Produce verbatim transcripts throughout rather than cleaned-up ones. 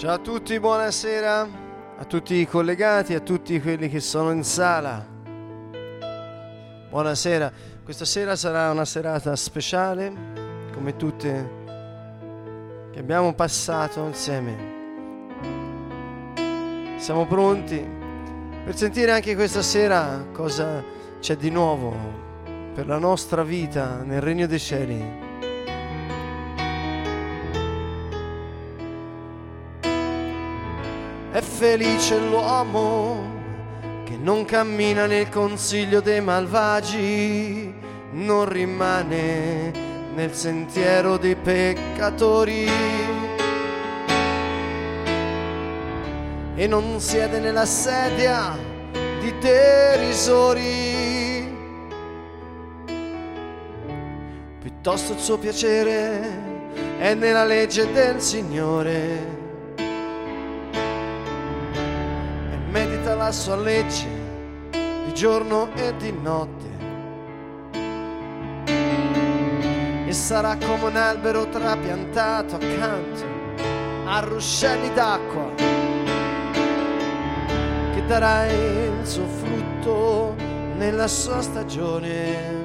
Ciao a tutti, buonasera a tutti i collegati, a tutti quelli che sono in sala. Buonasera, questa sera sarà una serata speciale, come tutte che abbiamo passato insieme. Siamo pronti per sentire anche questa sera cosa c'è di nuovo per la nostra vita nel Regno dei Cieli. È felice l'uomo che non cammina nel consiglio dei malvagi, non rimane nel sentiero dei peccatori e non siede nella sedia di derisori. Piuttosto il suo piacere è nella legge del Signore, medita la sua legge di giorno e di notte, e sarà come un albero trapiantato accanto a ruscelli d'acqua, che darà il suo frutto nella sua stagione,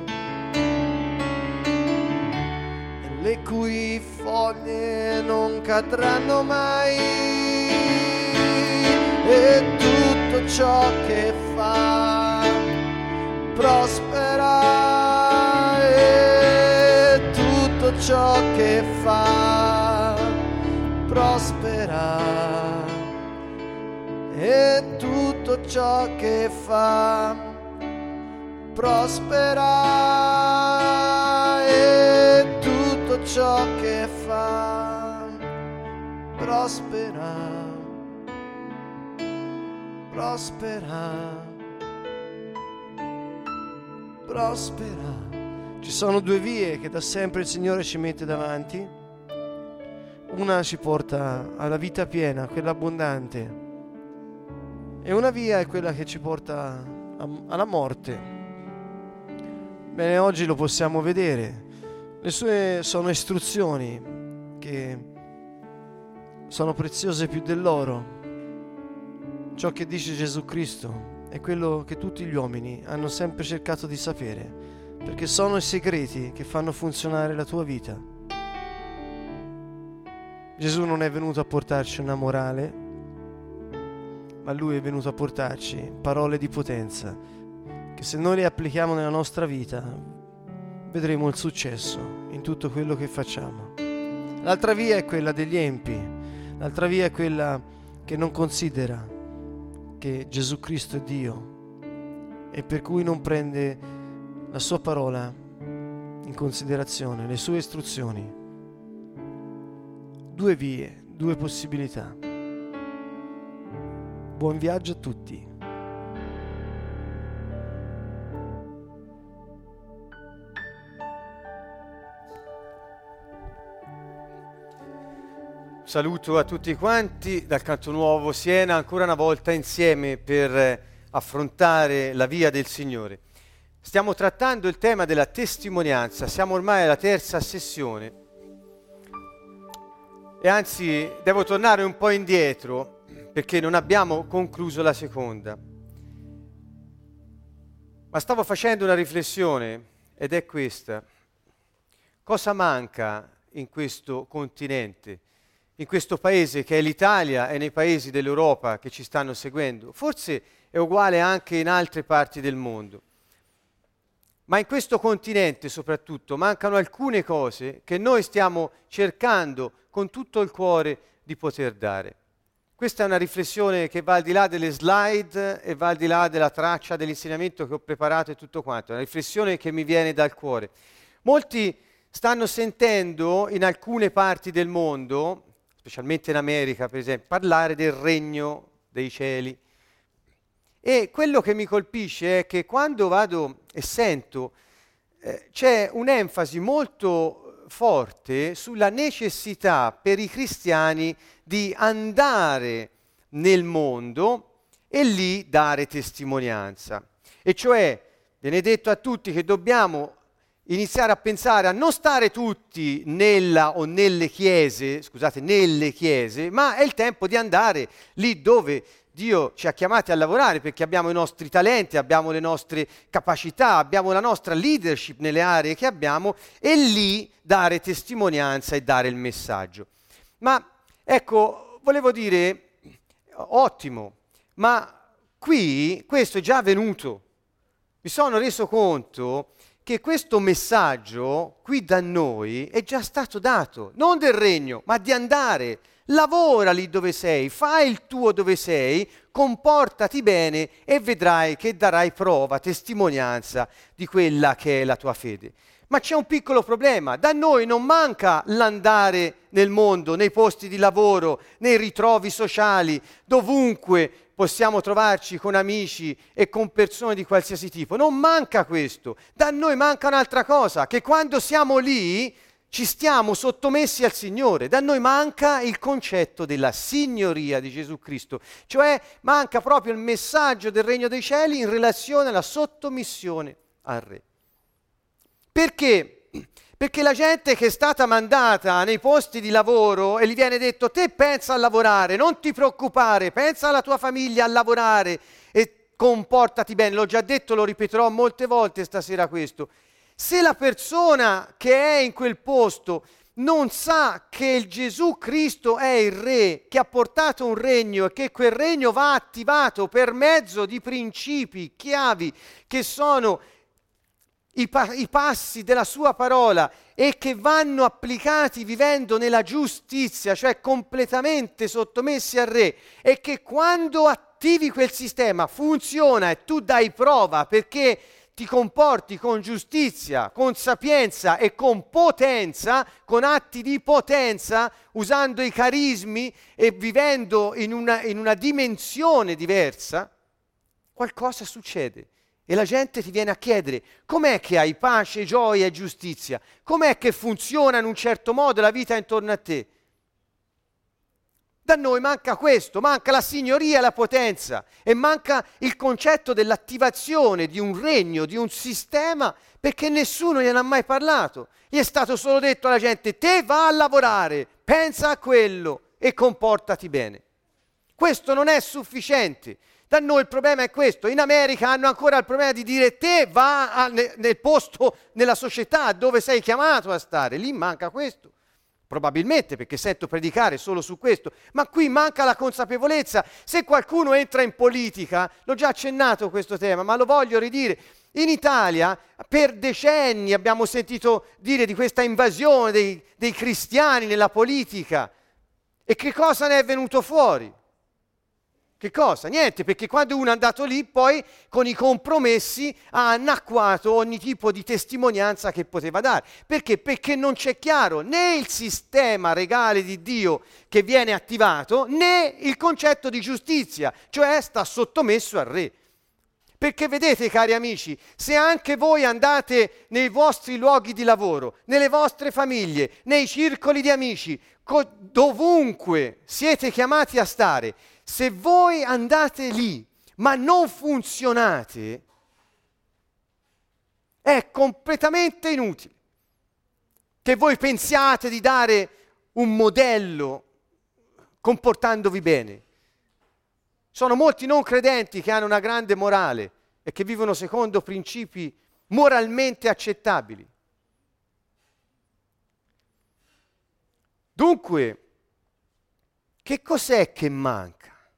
e le cui foglie non cadranno mai. E tutto ciò che fa prospera, e tutto ciò che fa prospera, e tutto ciò che fa prospera, e tutto ciò che fa prospera. Prospera, prospera. Ci sono due vie che da sempre il Signore ci mette davanti. Una ci porta alla vita piena, quella abbondante, e una via è quella che ci porta a, alla morte. Bene, oggi lo possiamo vedere. Le sue sono istruzioni che sono preziose più dell'oro. Ciò che dice Gesù Cristo è quello che tutti gli uomini hanno sempre cercato di sapere, perché sono i segreti che fanno funzionare la tua vita. Gesù non è venuto a portarci una morale, ma Lui è venuto a portarci parole di potenza, che se noi le applichiamo nella nostra vita, vedremo il successo in tutto quello che facciamo. L'altra via è quella degli empi, l'altra via è quella che non considera che Gesù Cristo è Dio e per cui non prende la sua parola in considerazione, le sue istruzioni. Due vie, due possibilità. Buon viaggio a tutti. Saluto a tutti quanti dal Canto Nuovo Siena, ancora una volta insieme per affrontare la via del Signore. Stiamo trattando il tema della testimonianza, siamo ormai alla terza sessione e anzi devo tornare un po' indietro perché non abbiamo concluso la seconda. Ma stavo facendo una riflessione ed è questa: cosa manca in questo continente? In questo paese che è l'Italia e nei paesi dell'Europa che ci stanno seguendo? Forse è uguale anche in altre parti del mondo. Ma in questo continente soprattutto mancano alcune cose che noi stiamo cercando con tutto il cuore di poter dare. Questa è una riflessione che va al di là delle slide e va al di là della traccia dell'insegnamento che ho preparato e tutto quanto. È una riflessione che mi viene dal cuore. Molti stanno sentendo in alcune parti del mondo, specialmente in America per esempio, parlare del regno dei cieli. E quello che mi colpisce è che quando vado e sento eh, c'è un'enfasi molto forte sulla necessità per i cristiani di andare nel mondo e lì dare testimonianza. E cioè viene detto a tutti che dobbiamo iniziare a pensare a non stare tutti nella o nelle chiese, scusate, nelle chiese, ma è il tempo di andare lì dove Dio ci ha chiamati a lavorare, perché abbiamo i nostri talenti, abbiamo le nostre capacità, abbiamo la nostra leadership nelle aree che abbiamo, e lì dare testimonianza e dare il messaggio. Ma ecco, volevo dire, ottimo, ma qui questo è già avvenuto. Mi sono reso conto che questo messaggio qui da noi è già stato dato, non del regno, ma di andare, lavora lì dove sei, fai il tuo dove sei, comportati bene e vedrai che darai prova, testimonianza di quella che è la tua fede. Ma c'è un piccolo problema, da noi non manca l'andare nel mondo, nei posti di lavoro, nei ritrovi sociali, dovunque possiamo trovarci con amici e con persone di qualsiasi tipo. Non manca questo. Da noi manca un'altra cosa, che quando siamo lì ci stiamo sottomessi al Signore. Da noi manca il concetto della signoria di Gesù Cristo, cioè manca proprio il messaggio del Regno dei Cieli in relazione alla sottomissione al Re. Perché? Perché la gente che è stata mandata nei posti di lavoro e gli viene detto te pensa a lavorare, non ti preoccupare, pensa alla tua famiglia a lavorare e comportati bene, l'ho già detto, lo ripeterò molte volte stasera questo. Se la persona che è in quel posto non sa che il Gesù Cristo è il Re, che ha portato un regno e che quel regno va attivato per mezzo di principi, chiavi, che sono I, pa- i passi della sua parola e che vanno applicati vivendo nella giustizia, cioè completamente sottomessi al Re, e che quando attivi quel sistema funziona e tu dai prova perché ti comporti con giustizia, con sapienza e con potenza, con atti di potenza, usando i carismi e vivendo in una, in una dimensione diversa, qualcosa succede. E la gente ti viene a chiedere, com'è che hai pace, gioia e giustizia? Com'è che funziona in un certo modo la vita intorno a te? Da noi manca questo, manca la signoria e la potenza, e manca il concetto dell'attivazione di un regno, di un sistema, perché nessuno gliene ha mai parlato. Gli è stato solo detto alla gente, te va a lavorare, pensa a quello e comportati bene. Questo non è sufficiente. Da noi il problema è questo. In America hanno ancora il problema di dire te va a, ne, nel posto, nella società dove sei chiamato a stare. Lì manca questo. Probabilmente perché sento predicare solo su questo. Ma qui manca la consapevolezza. Se qualcuno entra in politica, l'ho già accennato questo tema, ma lo voglio ridire. In Italia per decenni abbiamo sentito dire di questa invasione dei, dei cristiani nella politica. E che cosa ne è venuto fuori? Che cosa? Niente, perché quando uno è andato lì, poi con i compromessi ha annacquato ogni tipo di testimonianza che poteva dare. Perché? Perché non c'è chiaro né il sistema regale di Dio che viene attivato, né il concetto di giustizia, cioè sta sottomesso al Re. Perché vedete, cari amici, se anche voi andate nei vostri luoghi di lavoro, nelle vostre famiglie, nei circoli di amici, co- dovunque siete chiamati a stare, se voi andate lì ma non funzionate, è completamente inutile che voi pensiate di dare un modello comportandovi bene. Sono molti non credenti che hanno una grande morale e che vivono secondo principi moralmente accettabili. Dunque, che cos'è che manca?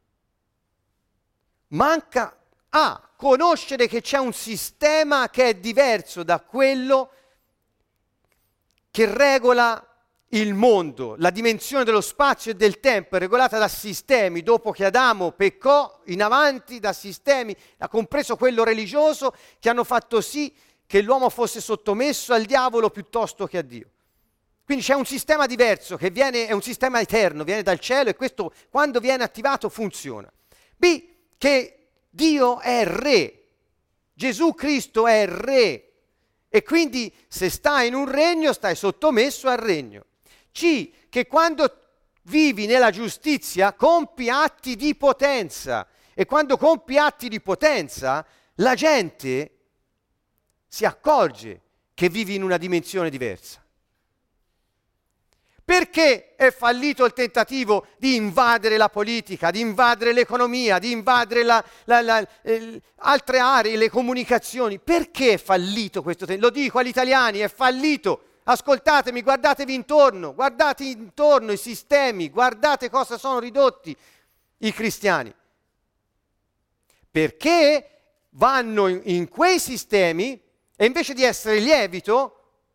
Manca a conoscere che c'è un sistema che è diverso da quello che regola il mondo. La dimensione dello spazio e del tempo è regolata da sistemi, dopo che Adamo peccò, in avanti da sistemi, compreso quello religioso, che hanno fatto sì che l'uomo fosse sottomesso al diavolo piuttosto che a Dio. Quindi c'è un sistema diverso, che viene, è un sistema eterno, viene dal cielo, e questo quando viene attivato funziona. B, che Dio è Re, Gesù Cristo è Re, e quindi se stai in un regno stai sottomesso al regno. C, che quando vivi nella giustizia compi atti di potenza, e quando compi atti di potenza la gente si accorge che vivi in una dimensione diversa. Perché è fallito il tentativo di invadere la politica, di invadere l'economia, di invadere la, la, la, eh, altre aree, le comunicazioni? Perché è fallito questo tentativo? Lo dico agli italiani, è fallito. Ascoltatemi, guardatevi intorno, guardate intorno i sistemi, guardate cosa sono ridotti i cristiani. Perché vanno in, in quei sistemi e invece di essere lievito,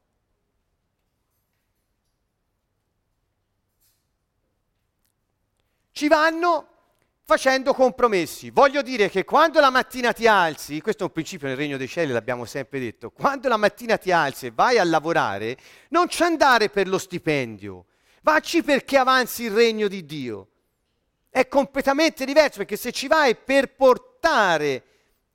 ci vanno facendo compromessi. Voglio dire che quando la mattina ti alzi, questo è un principio nel Regno dei Cieli, l'abbiamo sempre detto, quando la mattina ti alzi e vai a lavorare, non ci andare per lo stipendio, vacci perché avanzi il Regno di Dio. È completamente diverso, perché se ci vai per portare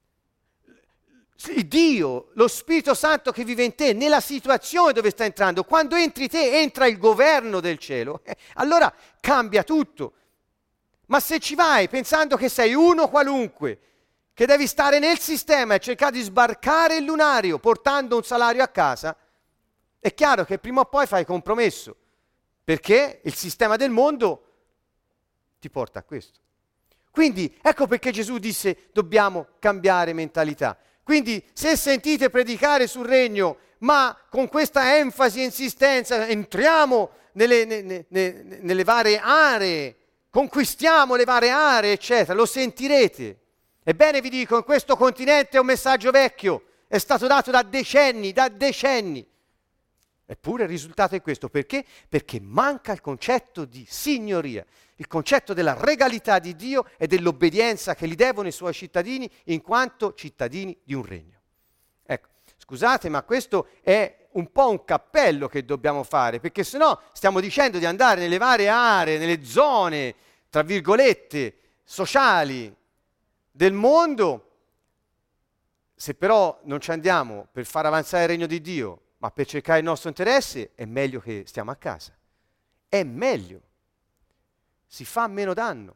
Dio, lo Spirito Santo che vive in te, nella situazione dove stai entrando, quando entri te entra il governo del cielo, eh, allora cambia tutto. Ma se ci vai pensando che sei uno qualunque, che devi stare nel sistema e cercare di sbarcare il lunario portando un salario a casa, è chiaro che prima o poi fai compromesso, perché il sistema del mondo ti porta a questo. Quindi ecco perché Gesù disse dobbiamo cambiare mentalità. Quindi se sentite predicare sul regno, ma con questa enfasi e insistenza, entriamo nelle, nelle, nelle, nelle varie aree, conquistiamo le varie aree, eccetera, lo sentirete. Ebbene vi dico, in questo continente è un messaggio vecchio, è stato dato da decenni, da decenni. Eppure il risultato è questo. Perché? Perché manca il concetto di signoria, il concetto della regalità di Dio e dell'obbedienza che gli devono i suoi cittadini in quanto cittadini di un regno. Ecco, scusate, ma questo è un po' un cappello che dobbiamo fare, perché se no stiamo dicendo di andare nelle varie aree, nelle zone, tra virgolette, sociali del mondo. Se però non ci andiamo per far avanzare il regno di Dio, ma per cercare il nostro interesse, è meglio che stiamo a casa. È meglio. Si fa meno danno.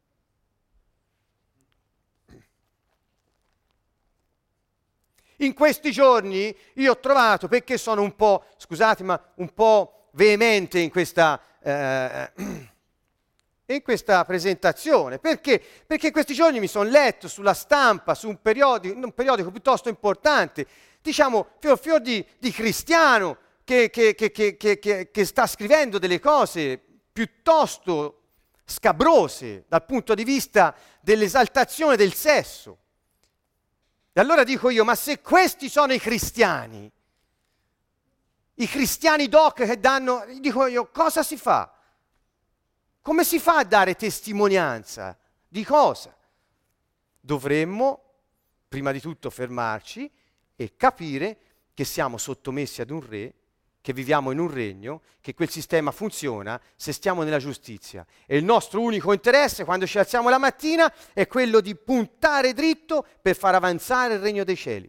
In questi giorni io ho trovato, perché sono un po', scusate, ma un po' veemente in questa, eh, in questa presentazione, perché? Perché in questi giorni mi sono letto sulla stampa, su un periodico, un periodico piuttosto importante, diciamo fior fior di, di cristiano che, che, che, che, che, che sta scrivendo delle cose piuttosto scabrose dal punto di vista dell'esaltazione del sesso. E allora dico io, ma se questi sono i cristiani, i cristiani doc che danno, dico io, cosa si fa? Come si fa a dare testimonianza? Di cosa? Dovremmo, prima di tutto, fermarci e capire che siamo sottomessi ad un re, che viviamo in un regno, che quel sistema funziona se stiamo nella giustizia. E il nostro unico interesse quando ci alziamo la mattina è quello di puntare dritto per far avanzare il regno dei cieli.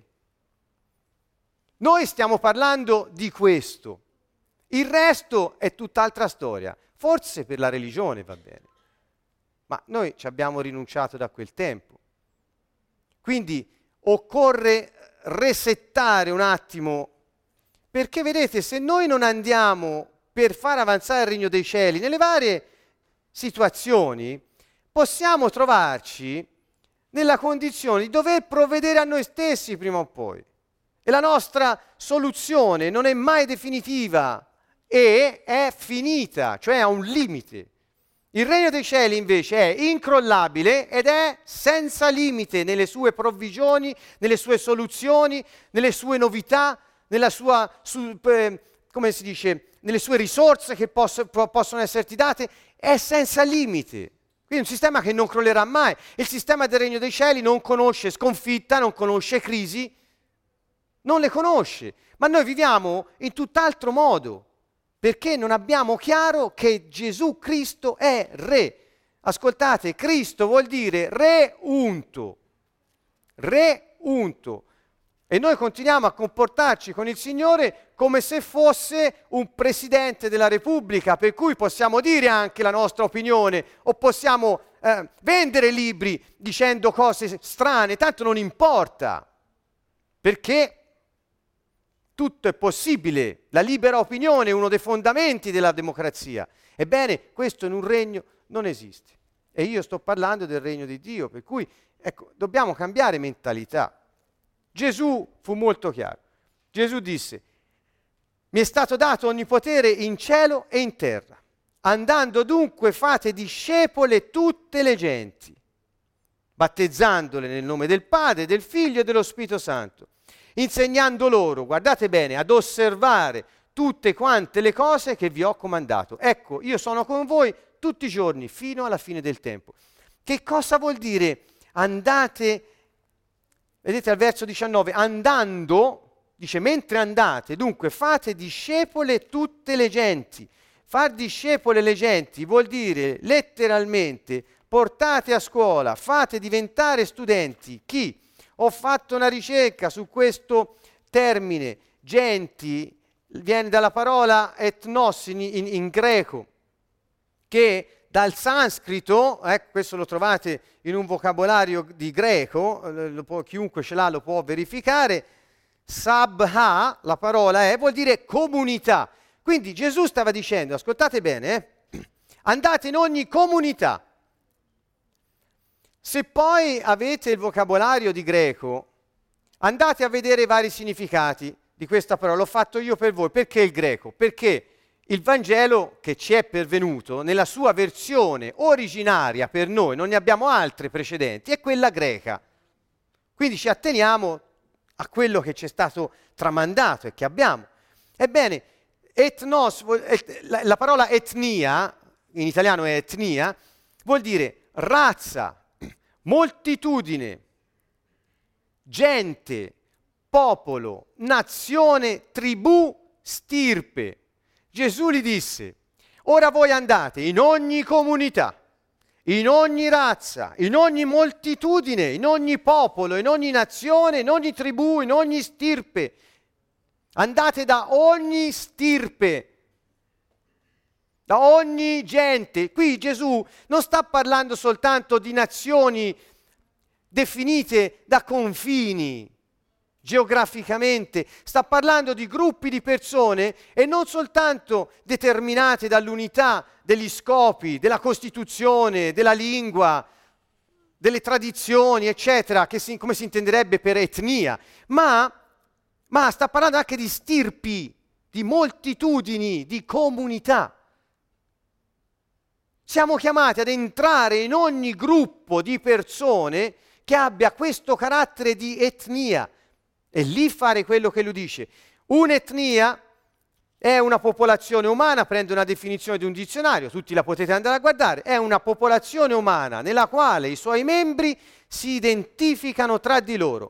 Noi stiamo parlando di questo. Il resto è tutt'altra storia. Forse per la religione va bene, ma noi ci abbiamo rinunciato da quel tempo. Quindi occorre resettare un attimo. Perché vedete, se noi non andiamo per far avanzare il regno dei cieli, nelle varie situazioni, possiamo trovarci nella condizione di dover provvedere a noi stessi prima o poi. E la nostra soluzione non è mai definitiva e è finita, cioè ha un limite. Il regno dei cieli invece è incrollabile ed è senza limite nelle sue provvigioni, nelle sue soluzioni, nelle sue novità, nella sua, su, eh, come si dice, nelle sue risorse che posso, po- possono esserti date, è senza limite. Quindi un sistema che non crollerà mai. Il sistema del regno dei cieli non conosce sconfitta, non conosce crisi, non le conosce. Ma noi viviamo in tutt'altro modo, perché non abbiamo chiaro che Gesù Cristo è Re. Ascoltate, Cristo vuol dire Re unto. Re unto. E noi continuiamo a comportarci con il Signore come se fosse un presidente della Repubblica, per cui possiamo dire anche la nostra opinione o possiamo eh, vendere libri dicendo cose strane, tanto non importa, perché tutto è possibile, la libera opinione è uno dei fondamenti della democrazia. Ebbene, questo in un regno non esiste. E io sto parlando del regno di Dio, per cui ecco, dobbiamo cambiare mentalità. Gesù fu molto chiaro. Gesù disse: mi è stato dato ogni potere in cielo e in terra. Andando dunque fate discepole tutte le genti, battezzandole nel nome del Padre, del Figlio e dello Spirito Santo, insegnando loro, guardate bene, ad osservare tutte quante le cose che vi ho comandato. Ecco, io sono con voi tutti i giorni fino alla fine del tempo. Che cosa vuol dire andate? Vedete al verso diciannove, andando, dice mentre andate, dunque fate discepole tutte le genti. Far discepole le genti vuol dire letteralmente portate a scuola, fate diventare studenti. Chi? Ho fatto una ricerca su questo termine, genti, viene dalla parola etnos in, in, in greco, che dal sanscrito, eh, questo lo trovate in un vocabolario di greco, eh, lo può, chiunque ce l'ha lo può verificare, sabha, la parola è, vuol dire comunità. Quindi Gesù stava dicendo, ascoltate bene, eh, andate in ogni comunità. Se poi avete il vocabolario di greco, andate a vedere i vari significati di questa parola. L'ho fatto io per voi. Perché il greco? Perché il Vangelo che ci è pervenuto, nella sua versione originaria per noi, non ne abbiamo altre precedenti, è quella greca. Quindi ci atteniamo a quello che ci è stato tramandato e che abbiamo. Ebbene, etnos, la parola etnia, in italiano è etnia, vuol dire razza, moltitudine, gente, popolo, nazione, tribù, stirpe. Gesù gli disse: ora voi andate in ogni comunità, in ogni razza, in ogni moltitudine, in ogni popolo, in ogni nazione, in ogni tribù, in ogni stirpe. Andate da ogni stirpe, da ogni gente. Qui Gesù non sta parlando soltanto di nazioni definite da confini geograficamente, sta parlando di gruppi di persone e non soltanto determinate dall'unità degli scopi, della Costituzione, della lingua, delle tradizioni, eccetera, che si, come si intenderebbe per etnia, ma, ma sta parlando anche di stirpi, di moltitudini, di comunità. Siamo chiamati ad entrare in ogni gruppo di persone che abbia questo carattere di etnia e lì fare quello che lui dice. Un'etnia è una popolazione umana, prende una definizione di un dizionario, tutti la potete andare a guardare, è una popolazione umana nella quale i suoi membri si identificano tra di loro,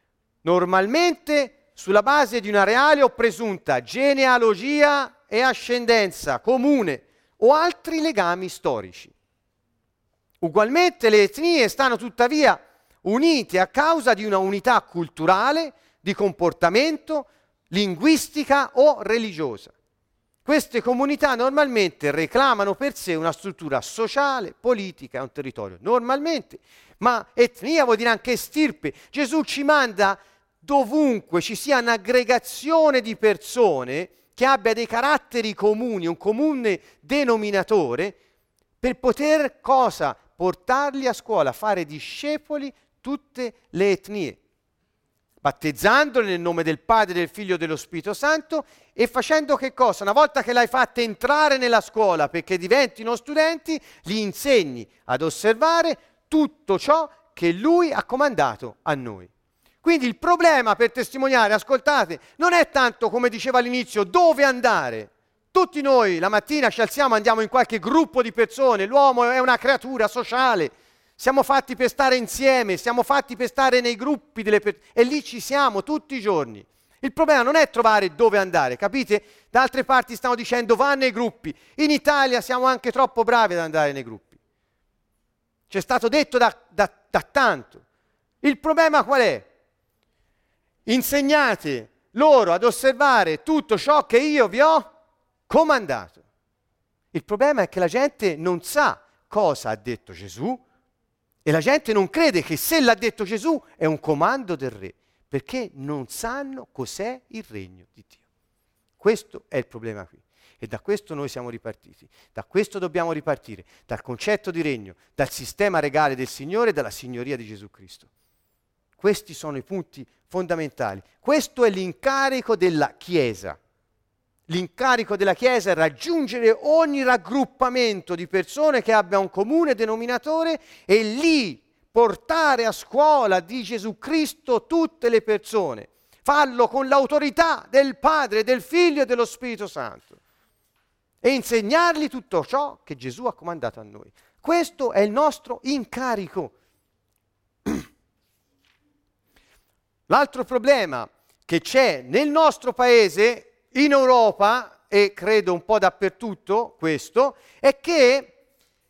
normalmente sulla base di una reale o presunta genealogia e ascendenza comune o altri legami storici. Ugualmente le etnie stanno tuttavia unite a causa di una unità culturale, di comportamento, linguistica o religiosa. Queste comunità normalmente reclamano per sé una struttura sociale, politica e un territorio. Normalmente, ma etnia vuol dire anche stirpe. Gesù ci manda dovunque ci sia un'aggregazione di persone che abbia dei caratteri comuni, un comune denominatore, per poter cosa? Portarli a scuola, fare discepoli tutte le etnie, battezzandoli nel nome del Padre, del Figlio e dello Spirito Santo e facendo che cosa? Una volta che l'hai fatta entrare nella scuola perché diventino studenti, gli insegni ad osservare tutto ciò che Lui ha comandato a noi. Quindi il problema per testimoniare, ascoltate, non è tanto, come diceva all'inizio, dove andare. Tutti noi la mattina ci alziamo, andiamo in qualche gruppo di persone, l'uomo è una creatura sociale, siamo fatti per stare insieme, siamo fatti per stare nei gruppi delle persone e lì ci siamo tutti i giorni. Il problema non è trovare dove andare, capite? Da altre parti stanno dicendo va nei gruppi. In Italia siamo anche troppo bravi ad andare nei gruppi. C'è stato detto da, da, da tanto. Il problema qual è? Insegnate loro ad osservare tutto ciò che io vi ho comandato. Il problema è che la gente non sa cosa ha detto Gesù e la gente non crede che se l'ha detto Gesù è un comando del re. perché non sanno cos'è il regno di Dio. Questo è il problema qui. E da questo noi siamo ripartiti. Da questo dobbiamo ripartire, dal concetto di regno, dal sistema regale del Signore e dalla signoria di Gesù Cristo. Questi sono i punti fondamentali. Questo è l'incarico della Chiesa. L'incarico della Chiesa è raggiungere ogni raggruppamento di persone che abbia un comune denominatore e lì portare a scuola di Gesù Cristo tutte le persone. Farlo con l'autorità del Padre, del Figlio e dello Spirito Santo. E insegnargli tutto ciò che Gesù ha comandato a noi. Questo è il nostro incarico. L'altro problema che c'è nel nostro paese, in Europa, e credo un po' dappertutto questo, è che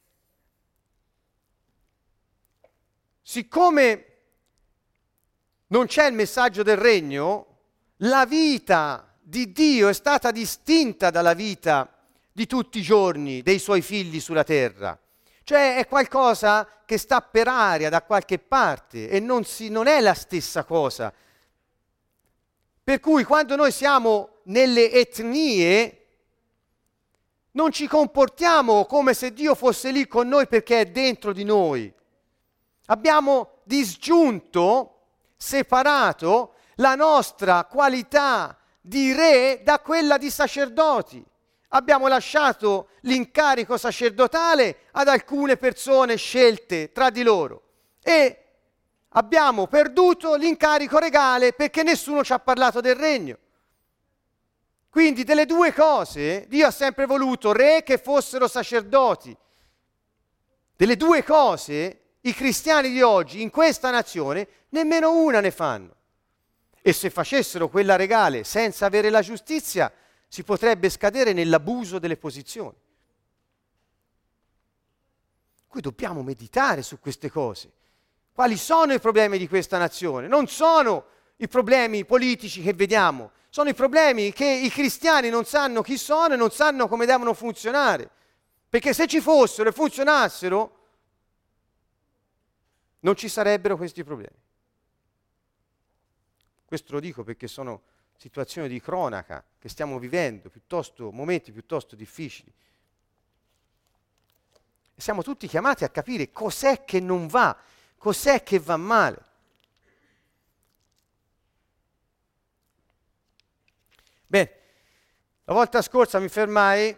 siccome non c'è il messaggio del regno, la vita di Dio è stata distinta dalla vita di tutti i giorni dei suoi figli sulla terra. Cioè è qualcosa che sta per aria da qualche parte e non, si, non è la stessa cosa. Per cui quando noi siamo nelle etnie non ci comportiamo come se Dio fosse lì con noi perché è dentro di noi. Abbiamo disgiunto, separato la nostra qualità di re da quella di sacerdoti. Abbiamo lasciato l'incarico sacerdotale ad alcune persone scelte tra di loro e abbiamo perduto l'incarico regale perché nessuno ci ha parlato del regno. Quindi delle due cose, Dio ha sempre voluto re che fossero sacerdoti. Delle due cose, i cristiani di oggi in questa nazione nemmeno una ne fanno. E se facessero quella regale senza avere la giustizia, si potrebbe scadere nell'abuso delle posizioni. Qui dobbiamo meditare su queste cose. Quali sono i problemi di questa nazione? Non sono i problemi politici che vediamo, sono i problemi che i cristiani non sanno chi sono e non sanno come devono funzionare. Perché se ci fossero e funzionassero, non ci sarebbero questi problemi. Questo lo dico perché sono situazioni di cronaca che stiamo vivendo, piuttosto, momenti piuttosto difficili. E siamo tutti chiamati a capire cos'è che non va, cos'è che va male. Bene, la volta scorsa mi fermai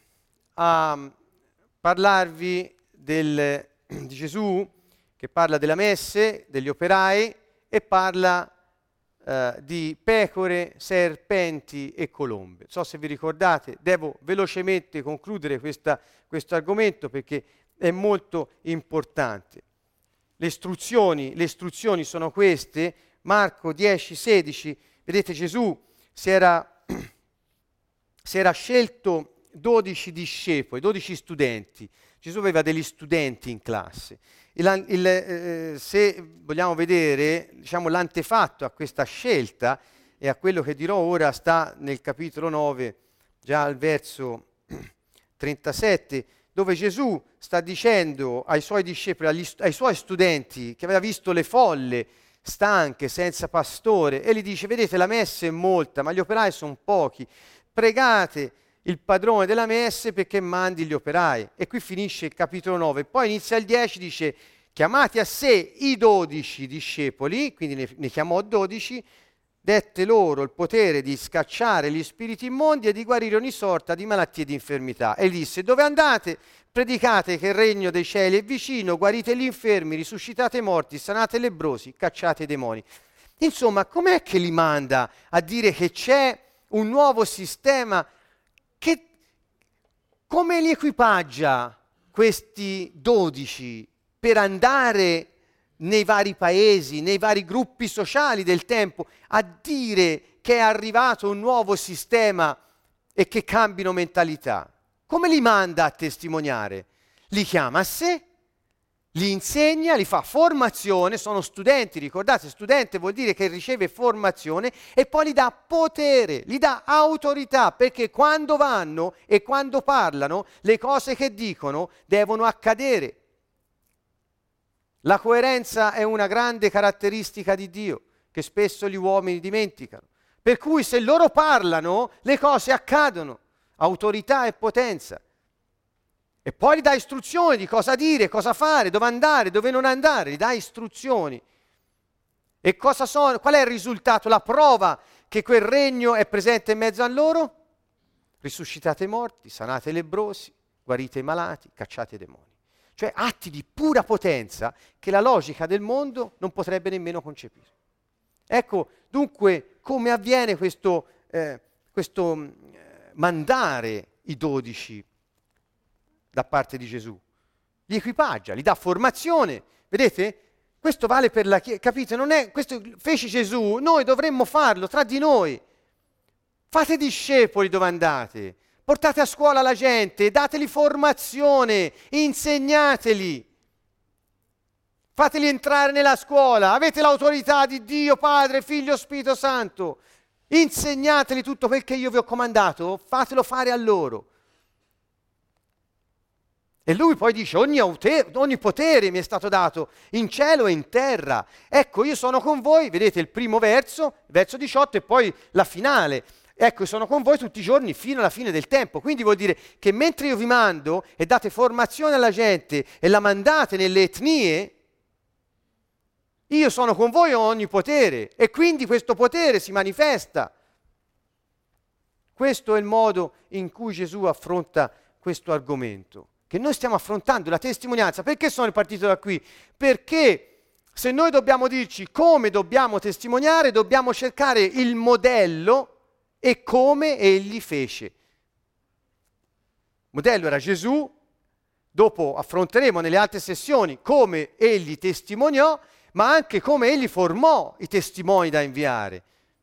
a parlarvi del, di Gesù che parla della messe, degli operai e parla Uh, di pecore, serpenti e colombe. Non so se vi ricordate, devo velocemente concludere questa, questo argomento perché è molto importante. Le istruzioni, le istruzioni sono queste, Marco dieci sedici, vedete Gesù si era, si era scelto dodici discepoli, dodici studenti. Gesù aveva degli studenti in classe. Il, il, eh, se vogliamo vedere, diciamo, l'antefatto a questa scelta e a quello che dirò ora sta nel capitolo nove, già al verso trentasette, dove Gesù sta dicendo ai suoi discepoli, agli, ai suoi studenti, che aveva visto le folle stanche, senza pastore, e gli dice: vedete, la messe è molta, ma gli operai sono pochi, pregate il padrone della messe perché mandi gli operai. E qui finisce il capitolo nove. Poi inizia il dieci, dice: chiamati a sé i dodici discepoli, quindi ne, ne chiamò dodici, dette loro il potere di scacciare gli spiriti immondi e di guarire ogni sorta di malattie e di infermità. E disse: dove andate? Predicate che il regno dei cieli è vicino, guarite gli infermi, risuscitate i morti, sanate i lebbrosi, cacciate i demoni. Insomma, com'è che li manda a dire che c'è un nuovo sistema? Che, come li equipaggia questi dodici per andare nei vari paesi, nei vari gruppi sociali del tempo, a dire che è arrivato un nuovo sistema e che cambino mentalità? Come li manda a testimoniare? Li chiama a sé, li insegna, li fa formazione, sono studenti, ricordate, studente vuol dire che riceve formazione e poi gli dà potere, gli dà autorità, perché quando vanno e quando parlano, le cose che dicono devono accadere. La coerenza è una grande caratteristica di Dio, che spesso gli uomini dimenticano. Per cui se loro parlano, le cose accadono, autorità e potenza. E poi gli dà istruzioni di cosa dire, cosa fare, dove andare, dove non andare, gli dà istruzioni. E cosa sono? Qual è il risultato? La prova che quel regno è presente in mezzo a loro? Risuscitate i morti, sanate i lebbrosi, guarite i malati, cacciate i demoni. Cioè atti di pura potenza che la logica del mondo non potrebbe nemmeno concepire. Ecco dunque come avviene questo, eh, questo eh, mandare i dodici da parte di Gesù. Li equipaggia, li dà formazione. Vedete? Questo vale per la Chiesa, capite? Non è, questo fece Gesù, noi dovremmo farlo tra di noi. Fate discepoli dove andate, portate a scuola la gente, dateli formazione, insegnateli. Fateli entrare nella scuola, avete l'autorità di Dio, Padre, Figlio, Spirito Santo. Insegnateli tutto quel che io vi ho comandato, fatelo fare a loro. E lui poi dice, ogni, aute- ogni potere mi è stato dato in cielo e in terra. Ecco, io sono con voi, vedete il primo verso, verso diciotto e poi la finale. Ecco, sono con voi tutti i giorni fino alla fine del tempo. Quindi vuol dire che mentre io vi mando e date formazione alla gente e la mandate nelle etnie, io sono con voi ho ogni potere e quindi questo potere si manifesta. Questo è il modo in cui Gesù affronta questo argomento che noi stiamo affrontando, la testimonianza. Perché sono partito da qui? Perché se noi dobbiamo dirci come dobbiamo testimoniare, dobbiamo cercare il modello e come egli fece. Il modello era Gesù, dopo affronteremo nelle altre sessioni come egli testimoniò, ma anche come egli formò i testimoni da inviare.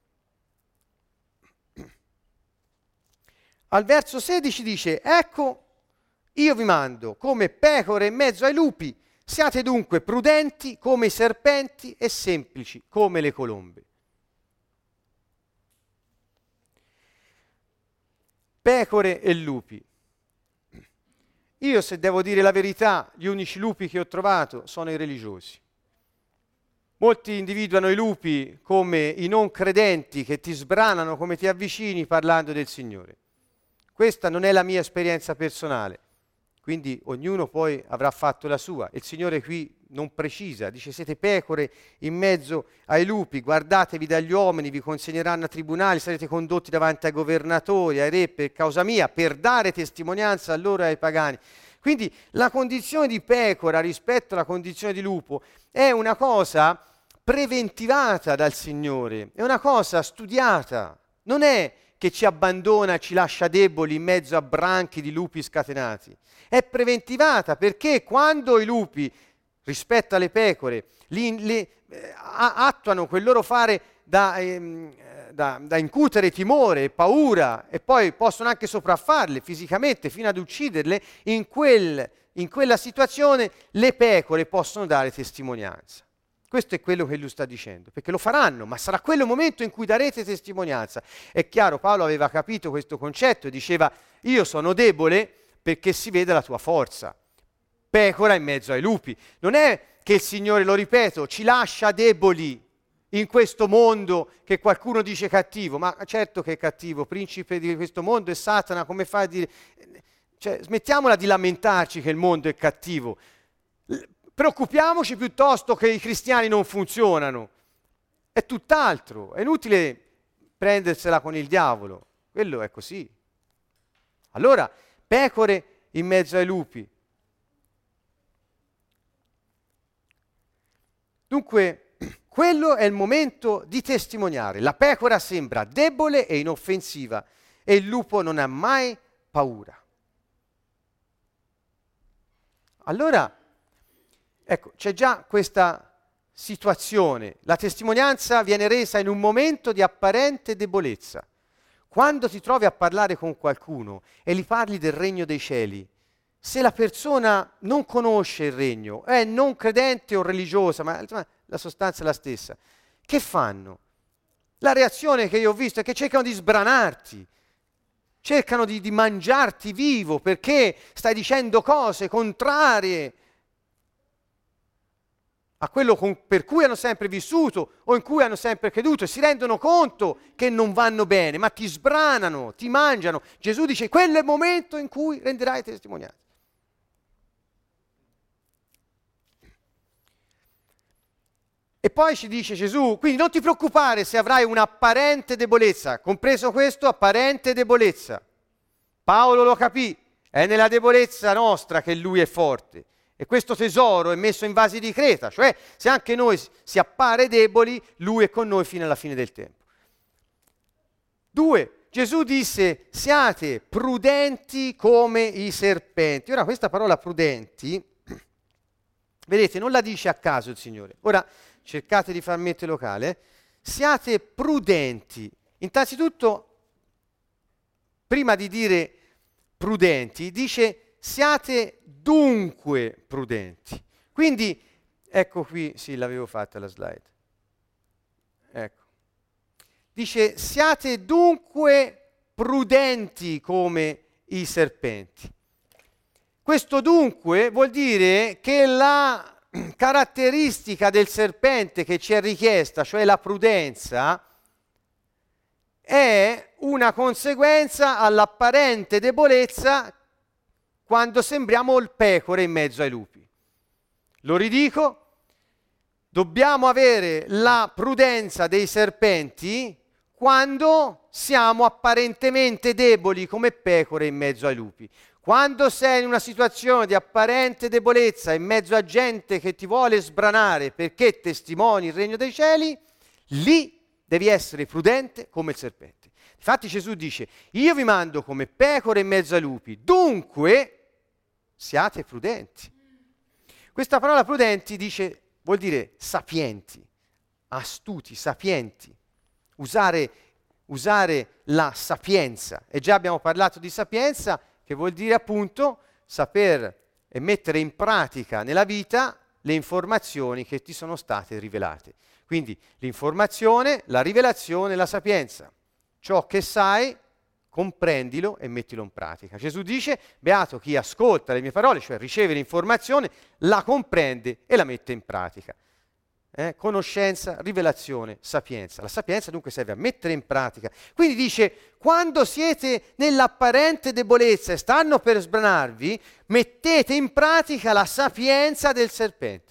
Al verso sedici dice, ecco, io vi mando come pecore in mezzo ai lupi, siate dunque prudenti come i serpenti e semplici come le colombe. Pecore e lupi. Io, se devo dire la verità, gli unici lupi che ho trovato sono i religiosi. Molti individuano i lupi come i non credenti che ti sbranano come ti avvicini parlando del Signore. Questa non è la mia esperienza personale, quindi ognuno poi avrà fatto la sua. Il Signore qui non precisa, dice siete pecore in mezzo ai lupi, guardatevi dagli uomini, vi consegneranno a tribunali, sarete condotti davanti ai governatori, ai re per causa mia, per dare testimonianza a loro e ai pagani. Quindi la condizione di pecora rispetto alla condizione di lupo è una cosa preventivata dal Signore, è una cosa studiata, non è che ci abbandona, ci lascia deboli in mezzo a branchi di lupi scatenati. È preventivata perché quando i lupi, rispetto alle pecore, li, li, eh, attuano quel loro fare da, ehm, da, da incutere timore e paura e poi possono anche sopraffarle fisicamente fino ad ucciderle, in, quel, in quella situazione le pecore possono dare testimonianza. Questo è quello che lui sta dicendo, perché lo faranno, ma sarà quello momento in cui darete testimonianza. È chiaro, Paolo aveva capito questo concetto e diceva, io sono debole perché si vede la tua forza. Pecora in mezzo ai lupi. Non è che il Signore, lo ripeto, ci lascia deboli in questo mondo che qualcuno dice cattivo, ma certo che è cattivo, principe di questo mondo è Satana, come fa a dire... Cioè, smettiamola di lamentarci che il mondo è cattivo. Preoccupiamoci piuttosto che i cristiani non funzionano. È tutt'altro, è inutile prendersela con il diavolo. Quello è così. Allora, pecore in mezzo ai lupi. Dunque, quello è il momento di testimoniare. La pecora sembra debole e inoffensiva e il lupo non ha mai paura. Allora, ecco, c'è già questa situazione. La testimonianza viene resa in un momento di apparente debolezza. Quando ti trovi a parlare con qualcuno e gli parli del regno dei cieli, se la persona non conosce il regno, è non credente o religiosa, ma insomma, la sostanza è la stessa, che fanno? La reazione che io ho visto è che cercano di sbranarti, cercano di, di mangiarti vivo perché stai dicendo cose contrarie a quello con, per cui hanno sempre vissuto o in cui hanno sempre creduto, e si rendono conto che non vanno bene, ma ti sbranano, ti mangiano. Gesù dice: quello è il momento in cui renderai testimonianza. E poi ci dice Gesù: quindi non ti preoccupare se avrai un'apparente debolezza, compreso questo, apparente debolezza. Paolo lo capì, è nella debolezza nostra che lui è forte. E questo tesoro è messo in vasi di creta, cioè se anche noi si appare deboli, lui è con noi fino alla fine del tempo. Due, Gesù disse: siate prudenti come i serpenti. Ora questa parola prudenti, vedete, non la dice a caso il Signore. Ora cercate di far mente locale. Siate prudenti. Innanzitutto, prima di dire prudenti, dice siate dunque prudenti. Quindi, ecco qui, sì, l'avevo fatta la slide. Ecco. Dice siate dunque prudenti come i serpenti. Questo dunque vuol dire che la caratteristica del serpente che ci è richiesta, cioè la prudenza, è una conseguenza all'apparente debolezza quando sembriamo il pecore in mezzo ai lupi. Lo ridico, dobbiamo avere la prudenza dei serpenti quando siamo apparentemente deboli come pecore in mezzo ai lupi. Quando sei in una situazione di apparente debolezza in mezzo a gente che ti vuole sbranare perché testimoni il regno dei cieli, lì devi essere prudente come il serpente. Infatti Gesù dice: io vi mando come pecore in mezzo ai lupi, dunque siate prudenti. Questa parola prudenti dice, vuol dire sapienti, astuti, sapienti, usare, usare la sapienza. E già abbiamo parlato di sapienza, che vuol dire appunto saper e mettere in pratica nella vita le informazioni che ti sono state rivelate. Quindi l'informazione, la rivelazione, la sapienza. Ciò che sai, comprendilo e mettilo in pratica. Gesù dice: beato chi ascolta le mie parole, cioè riceve l'informazione, la comprende e la mette in pratica. Eh? Conoscenza, rivelazione, sapienza. La sapienza dunque serve a mettere in pratica. Quindi dice: quando siete nell'apparente debolezza e stanno per sbranarvi, mettete in pratica la sapienza del serpente.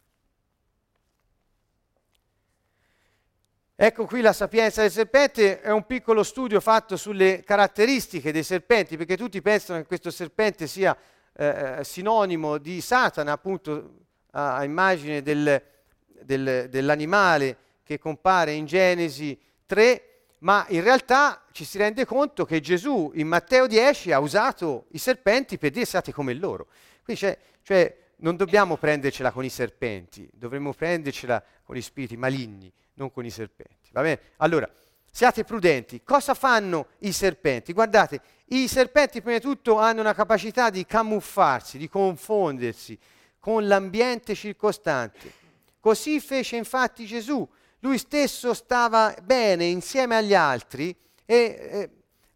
Ecco qui la sapienza del serpente, è un piccolo studio fatto sulle caratteristiche dei serpenti, perché tutti pensano che questo serpente sia eh, sinonimo di Satana, appunto a, a immagine del, del, dell'animale che compare in Genesi tre, ma in realtà ci si rende conto che Gesù in Matteo dieci ha usato i serpenti per dire siate come loro. Quindi cioè, cioè non dobbiamo prendercela con i serpenti, dovremmo prendercela con gli spiriti maligni, non con i serpenti, va bene? Allora, siate prudenti. Cosa fanno i serpenti? Guardate, i serpenti prima di tutto hanno una capacità di camuffarsi, di confondersi con l'ambiente circostante. Così fece infatti Gesù. Lui stesso stava bene insieme agli altri e eh,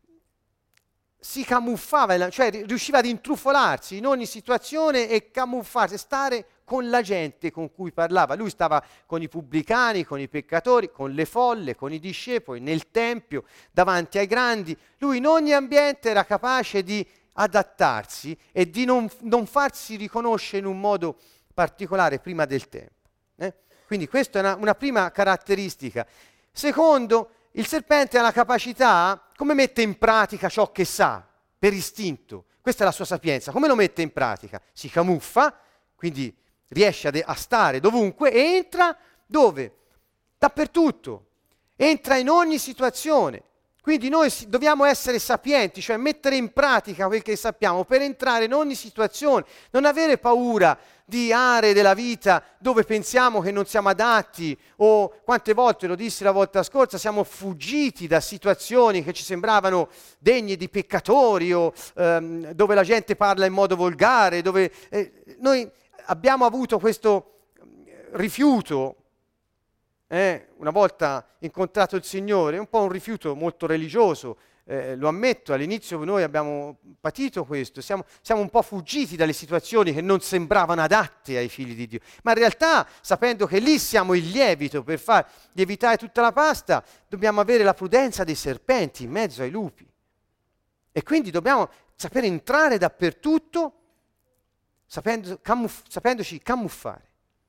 si camuffava, cioè riusciva ad intrufolarsi in ogni situazione e camuffarsi, stare con la gente con cui parlava. Lui stava con i pubblicani, con i peccatori, con le folle, con i discepoli, nel tempio, davanti ai grandi. Lui in ogni ambiente era capace di adattarsi e di non, non farsi riconoscere in un modo particolare prima del tempo. Eh? Quindi questa è una, una prima caratteristica. Secondo, il serpente ha la capacità, come mette in pratica ciò che sa, per istinto. Questa è la sua sapienza. Come lo mette in pratica? Si camuffa, quindi riesce a, de- a stare dovunque e entra dove? Dappertutto. Entra in ogni situazione. Quindi noi si- dobbiamo essere sapienti, cioè mettere in pratica quel che sappiamo per entrare in ogni situazione, non avere paura di aree della vita dove pensiamo che non siamo adatti, o quante volte, lo dissi la volta scorsa, siamo fuggiti da situazioni che ci sembravano degne di peccatori o ehm, dove la gente parla in modo volgare, dove eh, noi abbiamo avuto questo rifiuto. Eh, una volta incontrato il Signore, un po' un rifiuto molto religioso, eh, lo ammetto, all'inizio noi abbiamo patito questo, siamo, siamo un po' fuggiti dalle situazioni che non sembravano adatte ai figli di Dio, ma in realtà, sapendo che lì siamo il lievito per far lievitare tutta la pasta, dobbiamo avere la prudenza dei serpenti in mezzo ai lupi. E quindi dobbiamo sapere entrare dappertutto, sapendo, camuff- sapendoci camuffare.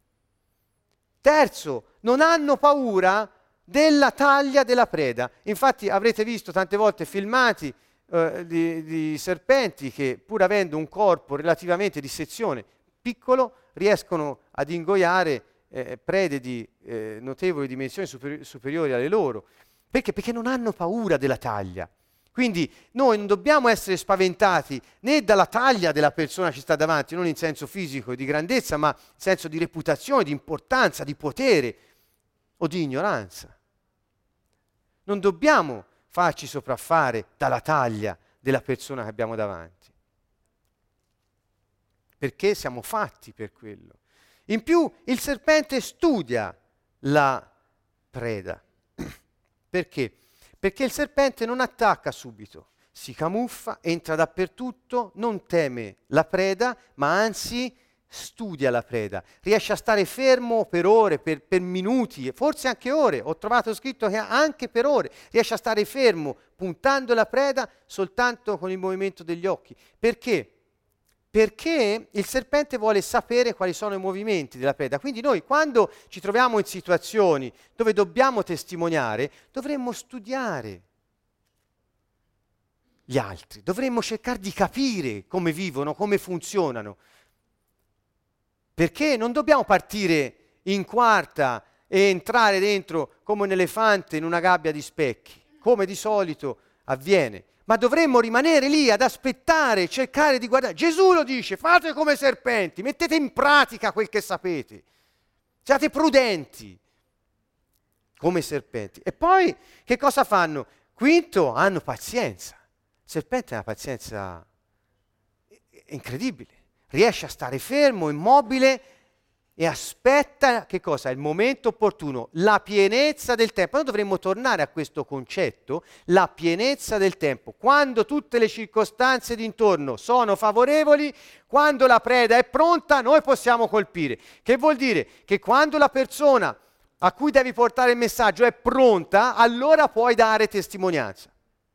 Terzo, non hanno paura della taglia della preda. Infatti avrete visto tante volte filmati eh, di, di serpenti che, pur avendo un corpo relativamente di sezione piccolo, riescono ad ingoiare eh, prede di eh, notevoli dimensioni superi- superiori alle loro. Perché? Perché non hanno paura della taglia. Quindi noi non dobbiamo essere spaventati né dalla taglia della persona che ci sta davanti, non in senso fisico e di grandezza, ma in senso di reputazione, di importanza, di potere o di ignoranza. Non dobbiamo farci sopraffare dalla taglia della persona che abbiamo davanti, perché siamo fatti per quello. In più, il serpente studia la preda. Perché? Perché il serpente non attacca subito, si camuffa, entra dappertutto, non teme la preda, ma anzi studia la preda. Riesce a stare fermo per ore, per, per minuti, forse anche ore. Ho trovato scritto che anche per ore. Riesce a stare fermo, puntando la preda soltanto con il movimento degli occhi. Perché? Perché il serpente vuole sapere quali sono i movimenti della preda. Quindi noi, quando ci troviamo in situazioni dove dobbiamo testimoniare, dovremmo studiare gli altri, dovremmo cercare di capire come vivono, come funzionano. Perché non dobbiamo partire in quarta e entrare dentro come un elefante in una gabbia di specchi, come di solito avviene. Ma dovremmo rimanere lì ad aspettare, cercare di guardare. Gesù lo dice, fate come serpenti, mettete in pratica quel che sapete. Siate prudenti come serpenti. E poi che cosa fanno? Quinto, hanno pazienza. Il serpente ha una pazienza incredibile. Riesce a stare fermo, immobile e aspetta, che cosa? Il momento opportuno, la pienezza del tempo. Noi dovremmo tornare a questo concetto, la pienezza del tempo. Quando tutte le circostanze d'intorno sono favorevoli, quando la preda è pronta, noi possiamo colpire. Che vuol dire? Che quando la persona a cui devi portare il messaggio è pronta, allora puoi dare testimonianza.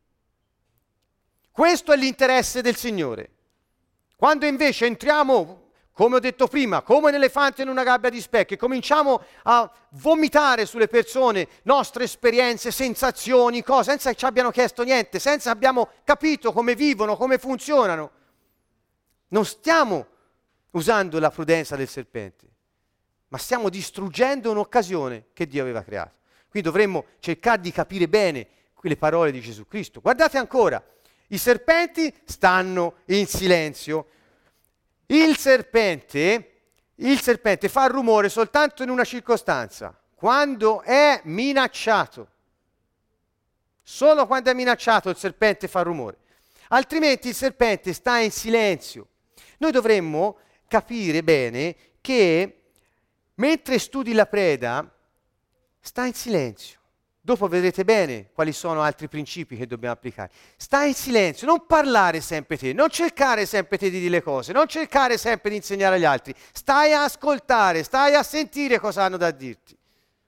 Questo è l'interesse del Signore. Quando invece entriamo, come ho detto prima, come un elefante in una gabbia di specchi, cominciamo a vomitare sulle persone nostre esperienze, sensazioni, cose, senza che ci abbiano chiesto niente, senza che abbiamo capito come vivono, come funzionano. Non stiamo usando la prudenza del serpente, ma stiamo distruggendo un'occasione che Dio aveva creato. Quindi dovremmo cercare di capire bene quelle parole di Gesù Cristo. Guardate ancora, i serpenti stanno in silenzio. Il serpente, il serpente fa rumore soltanto in una circostanza, quando è minacciato. Solo quando è minacciato il serpente fa rumore. Altrimenti il serpente sta in silenzio. Noi dovremmo capire bene che mentre studi la preda, sta in silenzio. Dopo vedrete bene quali sono altri principi che dobbiamo applicare. Stai in silenzio, non parlare sempre te, non cercare sempre te di dire le cose, non cercare sempre di insegnare agli altri. Stai a ascoltare, stai a sentire cosa hanno da dirti.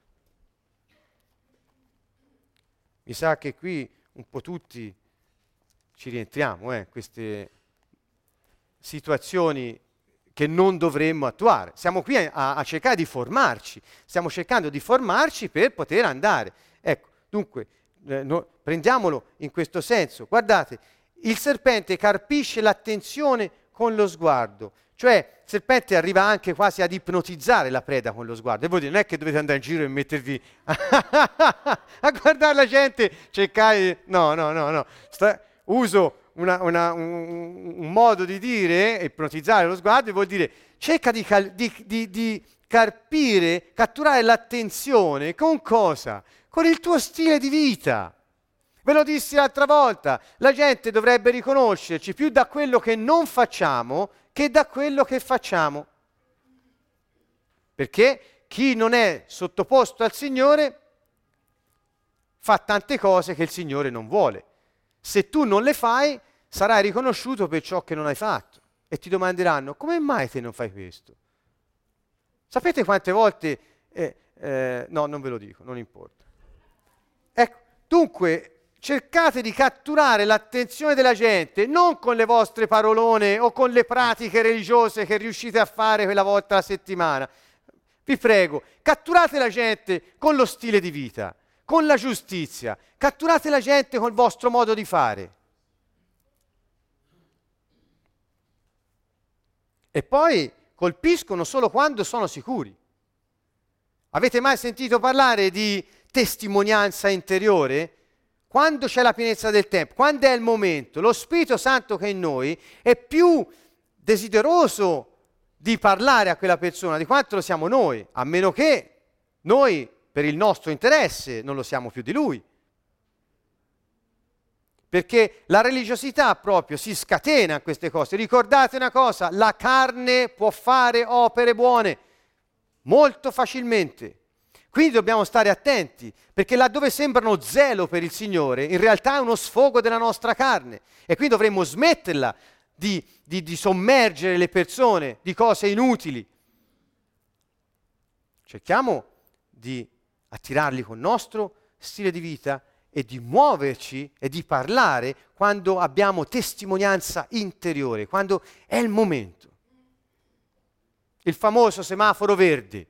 Mi sa che qui un po' tutti ci rientriamo, eh, queste situazioni che non dovremmo attuare. Siamo qui a, a cercare di formarci, stiamo cercando di formarci per poter andare. Ecco, dunque, eh, no, prendiamolo in questo senso. Guardate, il serpente carpisce l'attenzione con lo sguardo, cioè il serpente arriva anche quasi ad ipnotizzare la preda con lo sguardo. E voi dite, non è che dovete andare in giro e mettervi a guardare la gente, cercare... No, no, no, no. Sta... Uso una, una, un, un modo di dire, ipnotizzare lo sguardo, vuol dire cerca di, cal- di, di, di carpire, catturare l'attenzione con cosa? Con il tuo stile di vita. Ve lo dissi l'altra volta, la gente dovrebbe riconoscerci più da quello che non facciamo che da quello che facciamo. Perché chi non è sottoposto al Signore fa tante cose che il Signore non vuole. Se tu non le fai, sarai riconosciuto per ciò che non hai fatto e ti domanderanno: come mai te non fai questo? Sapete quante volte... Eh, eh, no, non ve lo dico, non importa. Ecco, dunque... cercate di catturare l'attenzione della gente non con le vostre parolone o con le pratiche religiose che riuscite a fare quella volta alla settimana. Vi prego, catturate la gente con lo stile di vita, con la giustizia, catturate la gente col vostro modo di fare. E poi colpiscono solo quando sono sicuri. Avete mai sentito parlare di testimonianza interiore? Quando c'è la pienezza del tempo, quando è il momento, lo Spirito Santo che è in noi è più desideroso di parlare a quella persona di quanto lo siamo noi, a meno che noi, per il nostro interesse, non lo siamo più di Lui. Perché la religiosità proprio si scatena a queste cose. Ricordate una cosa, la carne può fare opere buone molto facilmente. Quindi dobbiamo stare attenti, perché laddove sembrano zelo per il Signore, in realtà è uno sfogo della nostra carne. E quindi dovremmo smetterla di, di, di sommergere le persone di cose inutili. Cerchiamo di attirarli con il nostro stile di vita e di muoverci e di parlare quando abbiamo testimonianza interiore, quando è il momento. Il famoso semaforo verde.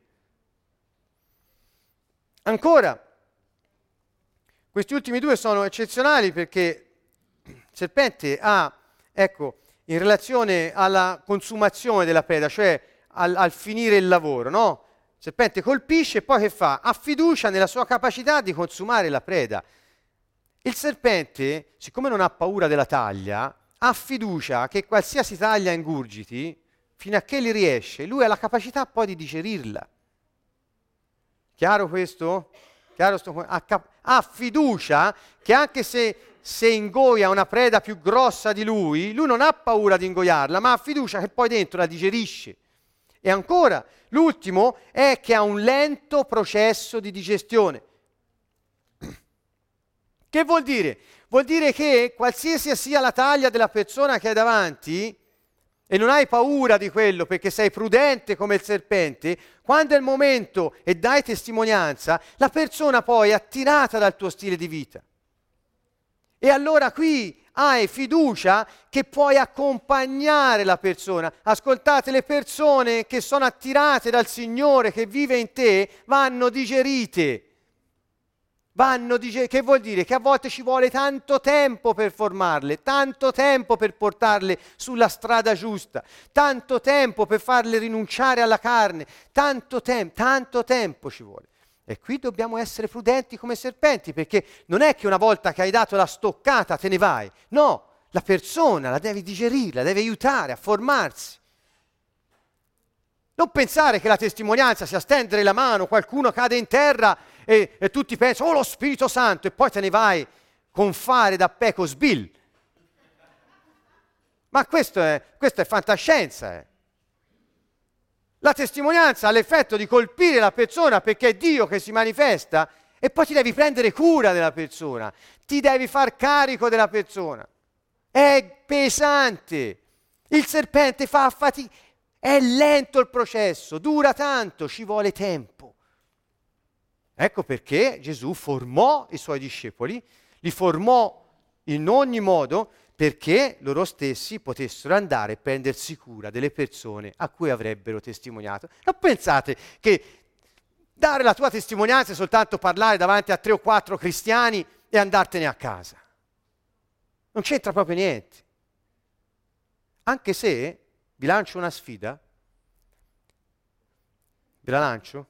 Ancora, questi ultimi due sono eccezionali perché il serpente ha, ecco, in relazione alla consumazione della preda, cioè al, al finire il lavoro, no? Il serpente colpisce e poi che fa? Ha fiducia nella sua capacità di consumare la preda. Il serpente, siccome non ha paura della taglia, ha fiducia che qualsiasi taglia ingurgiti, fino a che li riesce, lui ha la capacità poi di digerirla. Chiaro questo? Chiaro sto, ha, cap- ha fiducia che anche se, se ingoia una preda più grossa di lui, lui non ha paura di ingoiarla, ma ha fiducia che poi dentro la digerisce. E ancora, l'ultimo è che ha un lento processo di digestione. Che vuol dire? Vuol dire che qualsiasi sia la taglia della persona che hai davanti, e non hai paura di quello perché sei prudente come il serpente, quando è il momento e dai testimonianza, la persona poi è attirata dal tuo stile di vita. E allora qui hai fiducia che puoi accompagnare la persona. Ascoltate, le persone che sono attirate dal Signore che vive in te vanno digerite. Vanno digerite. Che vuol dire? Che a volte ci vuole tanto tempo per formarle, tanto tempo per portarle sulla strada giusta, tanto tempo per farle rinunciare alla carne, tanto tempo, tanto tempo ci vuole. E qui dobbiamo essere prudenti come serpenti, perché non è che una volta che hai dato la stoccata te ne vai. No, la persona la devi digerire, la devi aiutare a formarsi. Non pensare che la testimonianza sia stendere la mano, qualcuno cade in terra e, e tutti pensano, oh lo Spirito Santo, e poi te ne vai con fare da Pecos Bill. Ma questo è, questo è fantascienza, eh. La testimonianza ha l'effetto di colpire la persona perché è Dio che si manifesta e poi ti devi prendere cura della persona, ti devi far carico della persona. È pesante. Il serpente fa fatica, è lento il processo, dura tanto, ci vuole tempo. Ecco perché Gesù formò i suoi discepoli, li formò in ogni modo perché loro stessi potessero andare e prendersi cura delle persone a cui avrebbero testimoniato. Non pensate che dare la tua testimonianza è soltanto parlare davanti a tre o quattro cristiani e andartene a casa. Non c'entra proprio niente. Anche se vi lancio una sfida, ve la lancio?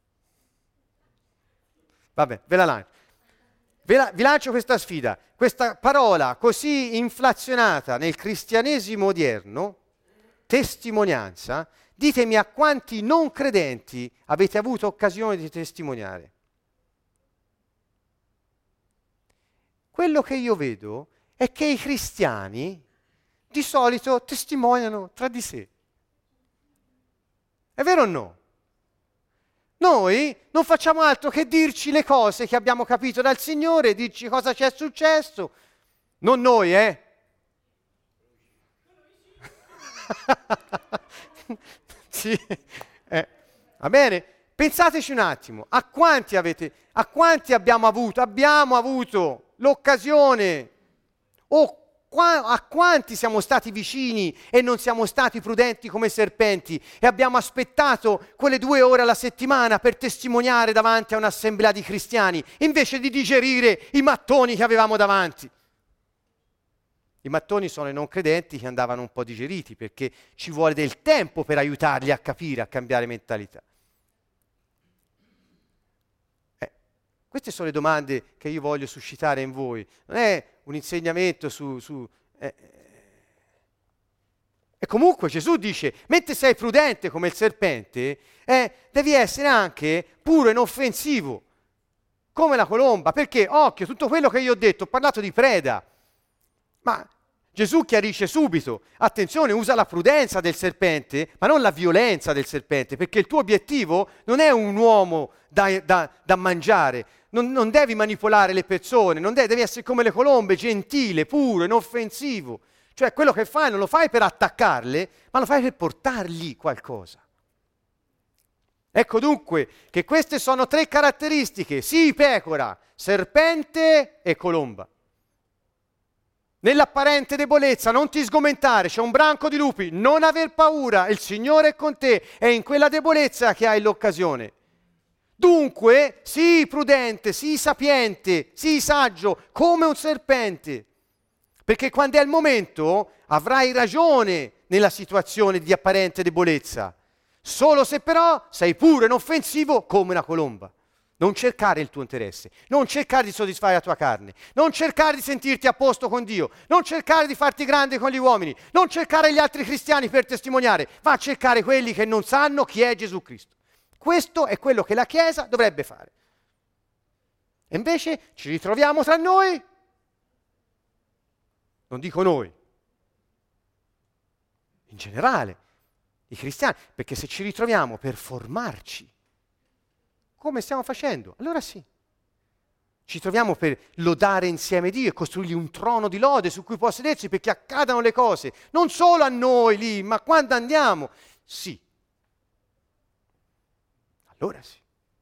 Vabbè, ve la lancio. Ve la, vi lancio questa sfida, questa parola così inflazionata nel cristianesimo odierno, testimonianza, ditemi a quanti non credenti avete avuto occasione di testimoniare. Quello che io vedo è che i cristiani di solito testimoniano tra di sé. È vero o no? Noi non facciamo altro che dirci le cose che abbiamo capito dal Signore, dirci cosa ci è successo Non noi, eh? Sì, eh. Va bene? Pensateci un attimo, a quanti avete, a quanti abbiamo avuto, abbiamo avuto l'occasione, o qua, a quanti siamo stati vicini e non siamo stati prudenti come serpenti e abbiamo aspettato quelle due ore alla settimana per testimoniare davanti a un'assemblea di cristiani, invece di digerire i mattoni che avevamo davanti. I mattoni sono i non credenti che andavano un po' digeriti, perché ci vuole del tempo per aiutarli a capire, a cambiare mentalità. Eh, queste sono le domande che io voglio suscitare in voi. Non è un insegnamento su... su eh, e comunque Gesù dice, mentre sei prudente come il serpente, eh, devi essere anche puro e inoffensivo, come la colomba. Perché, occhio, tutto quello che io ho detto, ho parlato di preda, ma Gesù chiarisce subito, attenzione, usa la prudenza del serpente, ma non la violenza del serpente, perché il tuo obiettivo non è un uomo da, da, da mangiare, non, non devi manipolare le persone, non devi, devi essere come le colombe, gentile, puro, inoffensivo. Cioè quello che fai non lo fai per attaccarle, ma lo fai per portargli qualcosa. Ecco dunque che queste sono tre caratteristiche, sii pecora, serpente e colomba. Nell'apparente debolezza non ti sgomentare, c'è un branco di lupi, non aver paura, il Signore è con te, è in quella debolezza che hai l'occasione. Dunque, sii prudente, sii sapiente, sii saggio, come un serpente, perché quando è il momento avrai ragione nella situazione di apparente debolezza, solo se però sei puro e inoffensivo come una colomba. Non cercare il tuo interesse, non cercare di soddisfare la tua carne, non cercare di sentirti a posto con Dio, non cercare di farti grande con gli uomini, non cercare gli altri cristiani per testimoniare, ma a cercare quelli che non sanno chi è Gesù Cristo. Questo è quello che la Chiesa dovrebbe fare. E invece ci ritroviamo tra noi, non dico noi, in generale, i cristiani, perché se ci ritroviamo per formarci, come stiamo facendo? Allora sì. Ci troviamo per lodare insieme Dio e costruirgli un trono di lode su cui può sedersi perché accadano le cose, non solo a noi lì, ma quando andiamo, sì. Allora sì.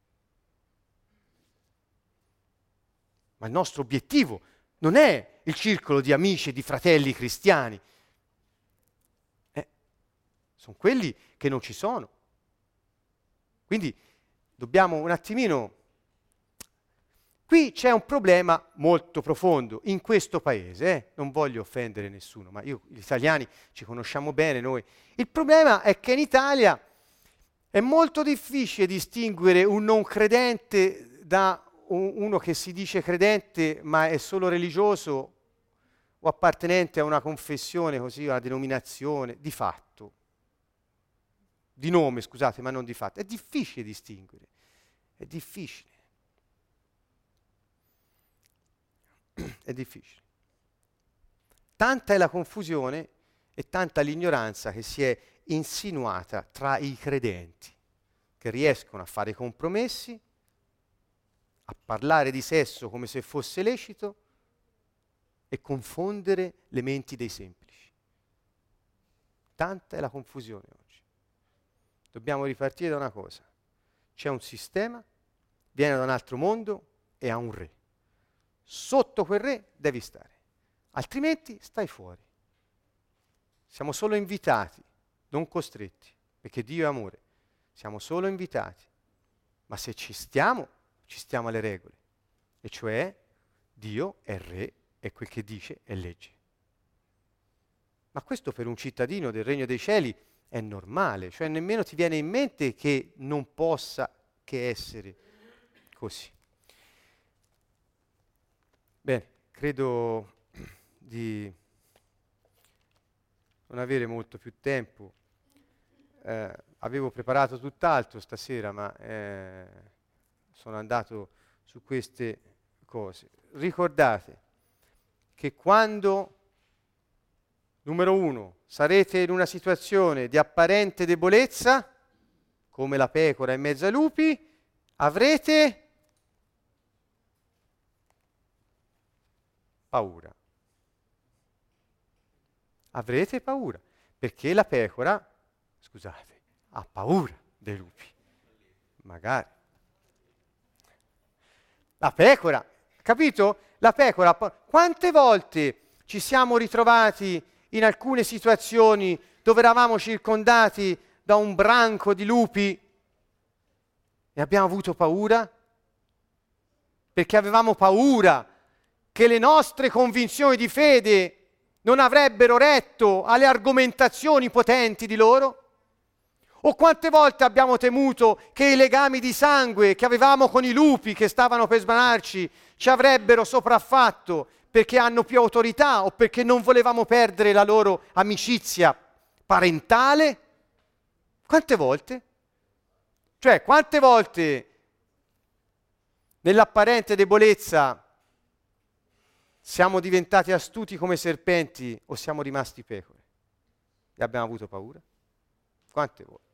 Ma il nostro obiettivo non è il circolo di amici e di fratelli cristiani. Eh, sono quelli che non ci sono. Quindi dobbiamo un attimino... Qui c'è un problema molto profondo in questo paese, eh? Non voglio offendere nessuno, ma io, gli italiani ci conosciamo bene noi. Il problema è che in Italia è molto difficile distinguere un non credente da un, uno che si dice credente ma è solo religioso o appartenente a una confessione, così, una denominazione, di fatto. Di nome, scusate, ma non di fatto. È difficile distinguere, è difficile. È difficile. Tanta è la confusione e tanta l'ignoranza che si è insinuata tra i credenti, che riescono a fare compromessi, a parlare di sesso come se fosse lecito e confondere le menti dei semplici. Tanta è la confusione oggi. Dobbiamo ripartire da una cosa. C'è un sistema, viene da un altro mondo e ha un re. Sotto quel re devi stare, altrimenti stai fuori. Siamo solo invitati, non costretti, perché Dio è amore. Siamo solo invitati, ma se ci stiamo, ci stiamo alle regole, e cioè Dio è re e quel che dice è legge. Ma questo per un cittadino del Regno dei Cieli è normale, cioè nemmeno ti viene in mente che non possa che essere così. Bene, credo di non avere molto più tempo. Eh, avevo preparato tutt'altro stasera, ma eh, sono andato su queste cose. Ricordate che quando, numero uno, sarete in una situazione di apparente debolezza, come la pecora in mezzo ai lupi, avrete paura. avrete paura, perché la pecora, scusate, ha paura dei lupi. Magari. La pecora, capito? La pecora, quante volte ci siamo ritrovati in alcune situazioni dove eravamo circondati da un branco di lupi e abbiamo avuto paura? Perché avevamo paura che le nostre convinzioni di fede non avrebbero retto alle argomentazioni potenti di loro? O quante volte abbiamo temuto che i legami di sangue che avevamo con i lupi che stavano per sbanarci ci avrebbero sopraffatto perché hanno più autorità o perché non volevamo perdere la loro amicizia parentale? Quante volte? Cioè, quante volte nell'apparente debolezza siamo diventati astuti come serpenti o siamo rimasti pecore? E abbiamo avuto paura? Quante volte?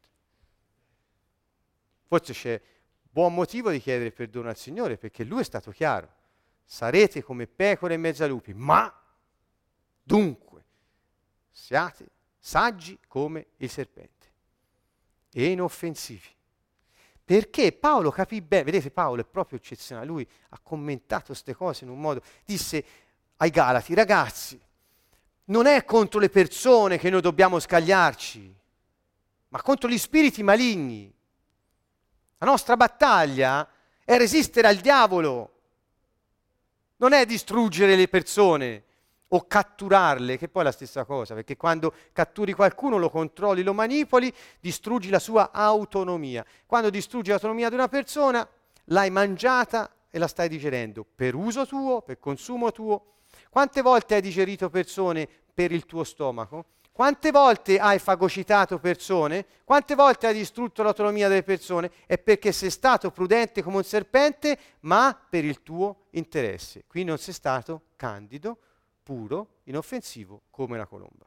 Forse c'è buon motivo di chiedere perdono al Signore, perché Lui è stato chiaro. Sarete come pecore in mezzo a lupi, ma dunque siate saggi come il serpente e inoffensivi. Perché Paolo capì bene, vedete Paolo è proprio eccezionale, lui ha commentato queste cose in un modo, disse ai Galati, ragazzi, non è contro le persone che noi dobbiamo scagliarci, ma contro gli spiriti maligni. La nostra battaglia è resistere al diavolo, non è distruggere le persone o catturarle, che poi è la stessa cosa, perché quando catturi qualcuno, lo controlli, lo manipoli, distruggi la sua autonomia. Quando distruggi l'autonomia di una persona, l'hai mangiata e la stai digerendo per uso tuo, per consumo tuo. Quante volte hai digerito persone per il tuo stomaco? Quante volte hai fagocitato persone? Quante volte hai distrutto l'autonomia delle persone? È perché sei stato prudente come un serpente, ma per il tuo interesse. Qui non sei stato candido, puro, inoffensivo come una colomba.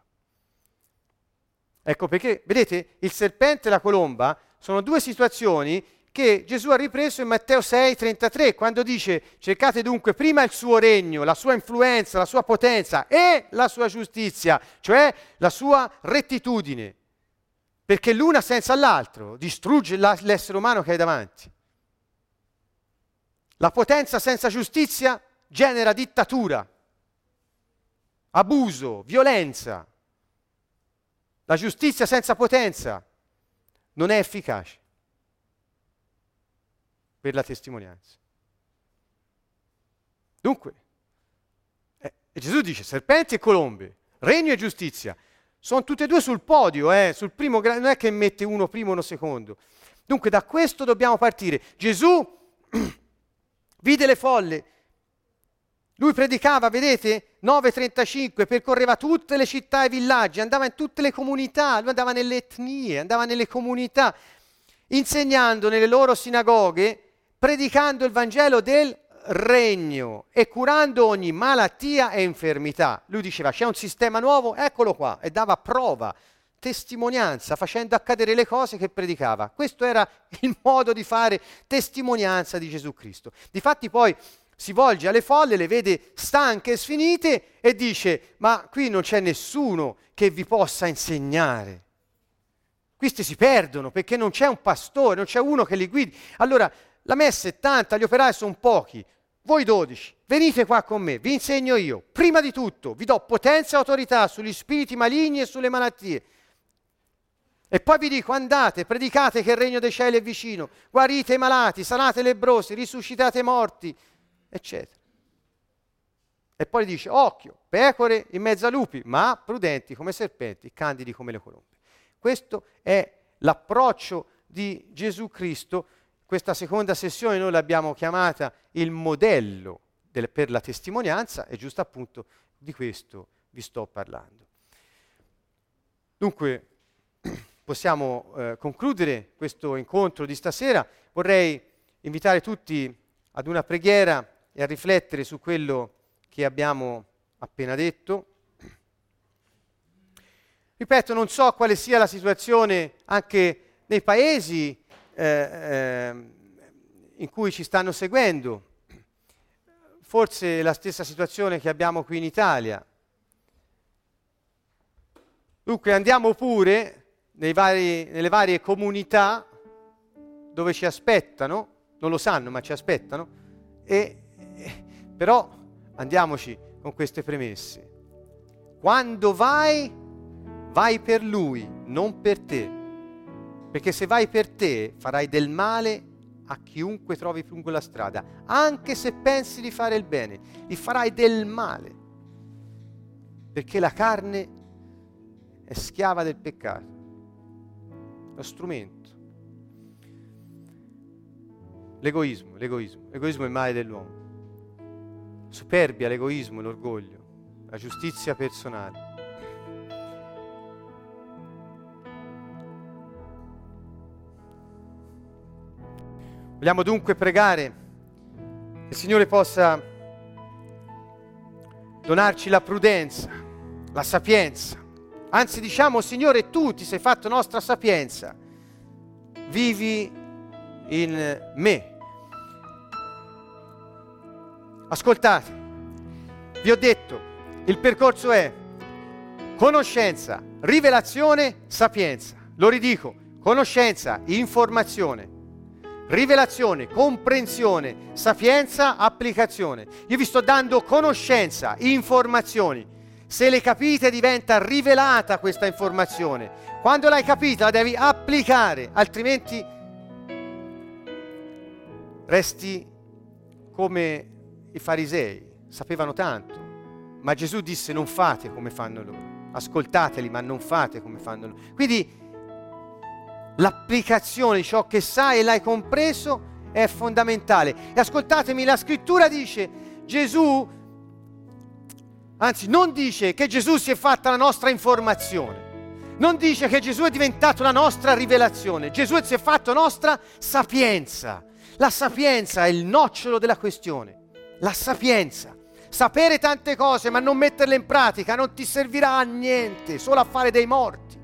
Ecco perché, vedete, il serpente e la colomba sono due situazioni che Gesù ha ripreso in Matteo sei trentatré, quando dice cercate dunque prima il suo regno, la sua influenza, la sua potenza e la sua giustizia, cioè la sua rettitudine, perché l'una senza l'altro distrugge l'essere umano che hai davanti. La potenza senza giustizia genera dittatura, abuso, violenza. La giustizia senza potenza non è efficace per la testimonianza. Dunque, eh, Gesù dice serpenti e colombe, regno e giustizia, sono tutte e due sul podio, eh, sul primo gra- non è che mette uno primo e uno secondo. Dunque da questo dobbiamo partire. Gesù vide le folle, lui predicava, vedete, nove trentacinque, percorreva tutte le città e villaggi, andava in tutte le comunità, lui andava nelle etnie, andava nelle comunità, insegnando nelle loro sinagoghe, predicando il Vangelo del regno e curando ogni malattia e infermità. Lui diceva, c'è un sistema nuovo, eccolo qua, e dava prova, testimonianza, facendo accadere le cose che predicava. Questo era il modo di fare testimonianza di Gesù Cristo. Difatti poi si volge alle folle, le vede stanche e sfinite e dice, ma qui non c'è nessuno che vi possa insegnare. Questi si perdono perché non c'è un pastore, non c'è uno che li guidi. Allora, la messa è tanta, gli operai sono pochi, voi dodici, venite qua con me, vi insegno io. Prima di tutto, vi do potenza e autorità sugli spiriti maligni e sulle malattie. E poi vi dico, andate, predicate che il regno dei cieli è vicino, guarite i malati, sanate i lebbrosi, risuscitate i morti, eccetera. E poi dice, occhio, pecore in mezzo a lupi, ma prudenti come serpenti, candidi come le colombe. Questo è l'approccio di Gesù Cristo. Questa seconda sessione noi l'abbiamo chiamata il modello del, per la testimonianza e giusto appunto di questo vi sto parlando. Dunque possiamo eh, concludere questo incontro di stasera. Vorrei invitare tutti ad una preghiera e a riflettere su quello che abbiamo appena detto. Ripeto, non so quale sia la situazione anche nei paesi eh, eh, in cui ci stanno seguendo. Forse è la stessa situazione che abbiamo qui in Italia. Dunque andiamo pure nei vari, nelle varie comunità dove ci aspettano, non lo sanno ma ci aspettano, e, e, però andiamoci con queste premesse. Quando vai, vai per lui, non per te, perché se vai per te farai del male a chiunque trovi lungo la strada, anche se pensi di fare il bene, gli farai del male, perché la carne è schiava del peccato, lo strumento. L'egoismo, l'egoismo, l'egoismo è il male dell'uomo. Superbia, l'egoismo, l'orgoglio, la giustizia personale. Vogliamo dunque pregare che il Signore possa donarci la prudenza, la sapienza. Anzi, diciamo, Signore, tu ti sei fatto nostra sapienza, vivi in me. Ascoltate, vi ho detto, il percorso è conoscenza, rivelazione, sapienza. Lo ridico, conoscenza, informazione, rivelazione, comprensione, sapienza, applicazione. Io vi sto dando conoscenza, informazioni. Se le capite diventa rivelata questa informazione. Quando l'hai capita la devi applicare, altrimenti resti come i farisei. Sapevano tanto, ma Gesù disse non fate come fanno loro. Ascoltateli, ma non fate come fanno loro. Quindi l'applicazione di ciò che sai e l'hai compreso è fondamentale. E ascoltatemi, la scrittura dice Gesù, anzi non dice che Gesù si è fatta la nostra informazione, non dice che Gesù è diventato la nostra rivelazione, Gesù si è fatto nostra sapienza. La sapienza è il nocciolo della questione, la sapienza. Sapere tante cose ma non metterle in pratica non ti servirà a niente, solo a fare dei morti.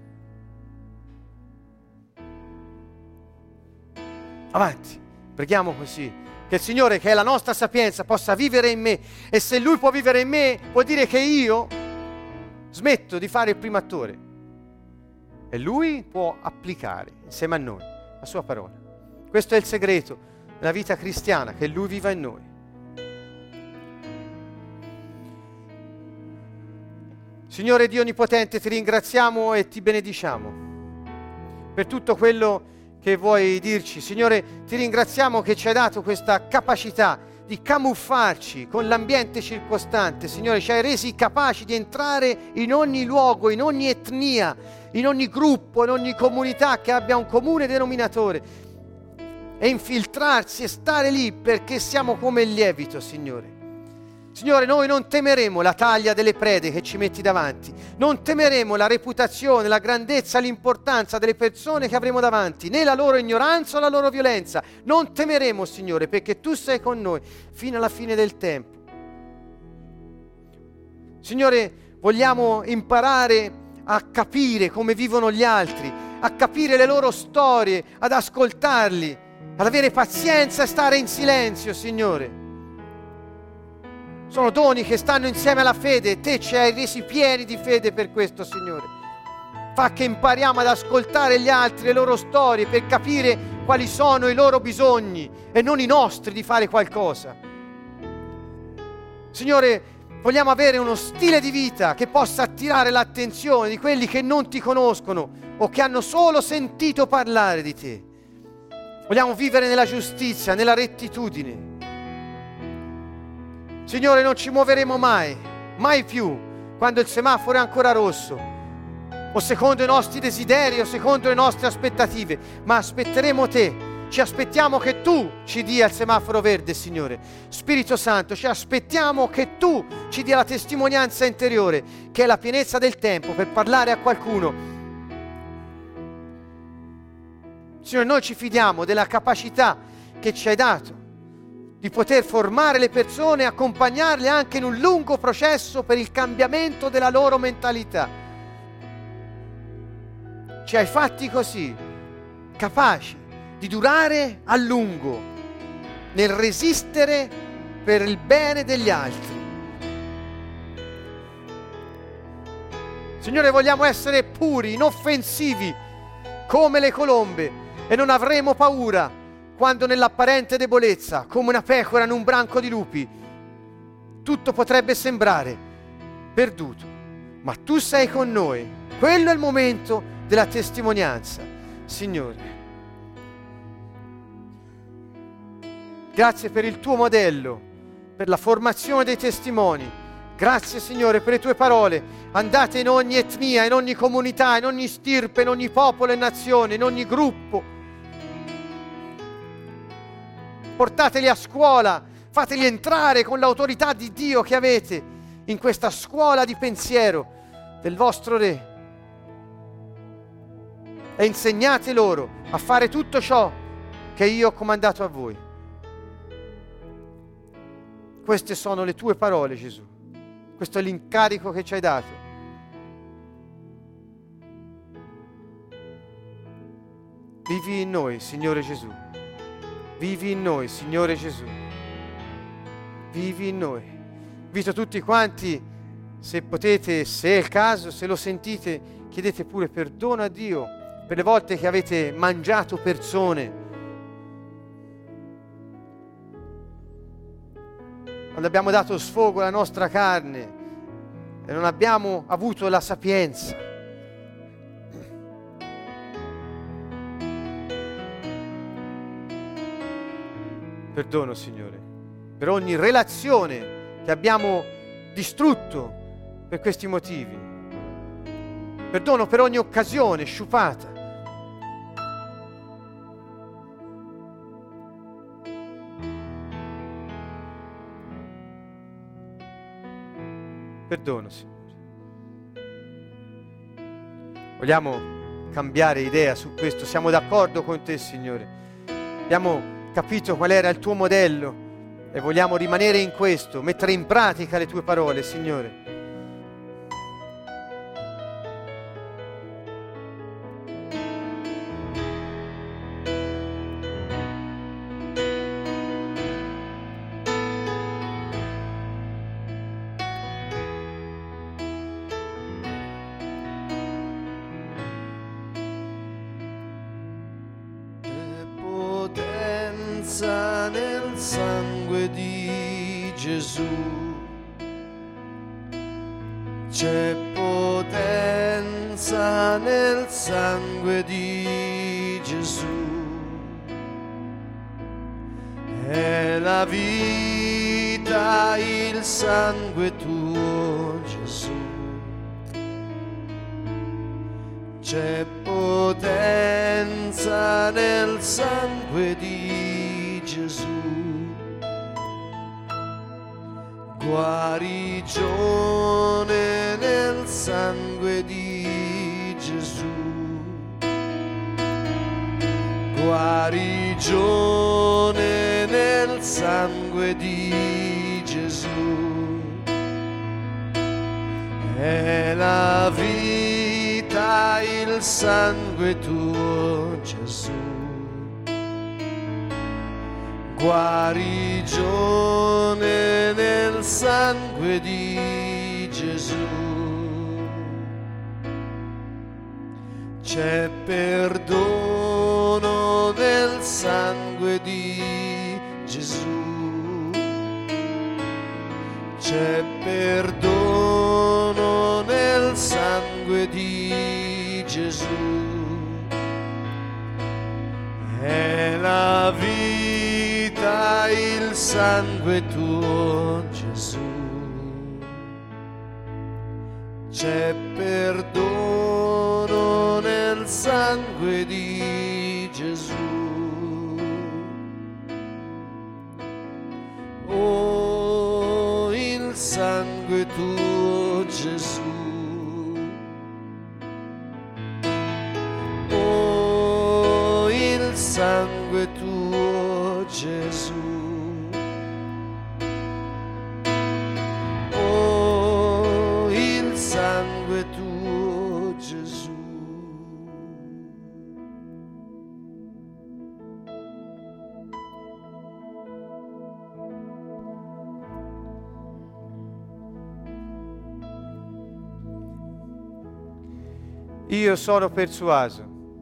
Avanti, preghiamo così. Che il Signore, che è la nostra sapienza, possa vivere in me. E se Lui può vivere in me, vuol dire che io smetto di fare il primo attore. E Lui può applicare insieme a noi la Sua parola. Questo è il segreto della vita cristiana, che Lui viva in noi. Signore Dio Onnipotente, ti ringraziamo e ti benediciamo per tutto quello che vuoi dirci. Signore, ti ringraziamo che ci hai dato questa capacità di camuffarci con l'ambiente circostante. Signore, ci hai resi capaci di entrare in ogni luogo, in ogni etnia, in ogni gruppo, in ogni comunità che abbia un comune denominatore e infiltrarsi e stare lì perché siamo come il lievito, Signore. Signore, noi non temeremo la taglia delle prede che ci metti davanti, non temeremo la reputazione, la grandezza, l'importanza delle persone che avremo davanti, né la loro ignoranza o la loro violenza. Non temeremo, Signore, perché Tu sei con noi fino alla fine del tempo. Signore, vogliamo imparare a capire come vivono gli altri, a capire le loro storie, ad ascoltarli, ad avere pazienza e stare in silenzio, Signore. Sono doni che stanno insieme alla fede e Te ci hai resi pieni di fede per questo, Signore. Fa che impariamo ad ascoltare gli altri, le loro storie, per capire quali sono i loro bisogni e non i nostri di fare qualcosa. Signore, vogliamo avere uno stile di vita che possa attirare l'attenzione di quelli che non Ti conoscono o che hanno solo sentito parlare di Te. Vogliamo vivere nella giustizia, nella rettitudine. Signore, non ci muoveremo mai, mai più, quando il semaforo è ancora rosso, o secondo i nostri desideri, o secondo le nostre aspettative, ma aspetteremo Te. Ci aspettiamo che Tu ci dia il semaforo verde, Signore. Spirito Santo, ci aspettiamo che Tu ci dia la testimonianza interiore, che è la pienezza del tempo per parlare a qualcuno. Signore, noi ci fidiamo della capacità che ci hai dato di poter formare le persone e accompagnarle anche in un lungo processo per il cambiamento della loro mentalità. Ci hai fatti così, capaci di durare a lungo nel resistere per il bene degli altri. Signore, vogliamo essere puri, inoffensivi, come le colombe, e non avremo paura quando nell'apparente debolezza, come una pecora in un branco di lupi, tutto potrebbe sembrare perduto. Ma tu sei con noi. Quello è il momento della testimonianza, Signore. Grazie per il tuo modello, per la formazione dei testimoni. Grazie, Signore, per le tue parole. Andate in ogni etnia, in ogni comunità, in ogni stirpe, in ogni popolo e nazione, in ogni gruppo. Portateli a scuola, fateli entrare con l'autorità di Dio che avete in questa scuola di pensiero del vostro Re. E insegnate loro a fare tutto ciò che io ho comandato a voi. Queste sono le tue parole, Gesù. Questo è l'incarico che ci hai dato. Vivi in noi, Signore Gesù. Vivi in noi, Signore Gesù. Vivi in noi. Invito tutti quanti, se potete, se è il caso, se lo sentite, chiedete pure perdono a Dio per le volte che avete mangiato persone, quando abbiamo dato sfogo alla nostra carne e non abbiamo avuto la sapienza. Perdono, Signore, per ogni relazione che abbiamo distrutto per questi motivi. Perdono per ogni occasione sciupata. Perdono, Signore. Vogliamo cambiare idea su questo. Siamo d'accordo con te, Signore. Abbiamo capito qual era il tuo modello e vogliamo rimanere in questo, mettere in pratica le tue parole, Signore. Nel sangue di Gesù c'è potenza, nel sangue di Gesù è la vita, il sangue tuo, Gesù. C'è potenza nel sangue di Gesù, guarigione nel sangue di Gesù, guarigione nel sangue di Gesù, è la vita, il sangue tuo, Gesù. Guarigione nel sangue di Gesù, c'è perdono nel sangue di Gesù, c'è perdono nel sangue di Gesù, è la vita, il sangue tuo, Gesù. C'è perdono nel sangue di Gesù. Oh, il sangue tuo, Gesù. Oh, il sangue tuo, Gesù. Oh, il sangue tuo, Gesù. Io sono persuaso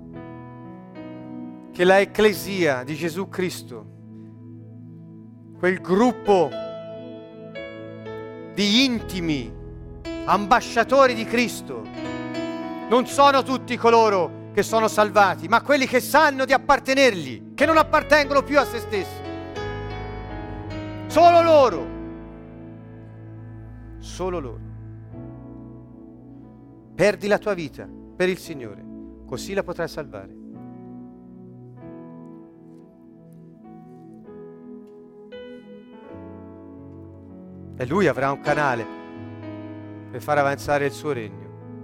che la Ecclesia di Gesù Cristo, quel gruppo di intimi ambasciatori di Cristo, non sono tutti coloro che sono salvati, ma quelli che sanno di appartenergli, che non appartengono più a se stessi. Solo loro, solo loro. Perdi la tua vita per il Signore, così la potrai salvare. E Lui avrà un canale per far avanzare il suo regno.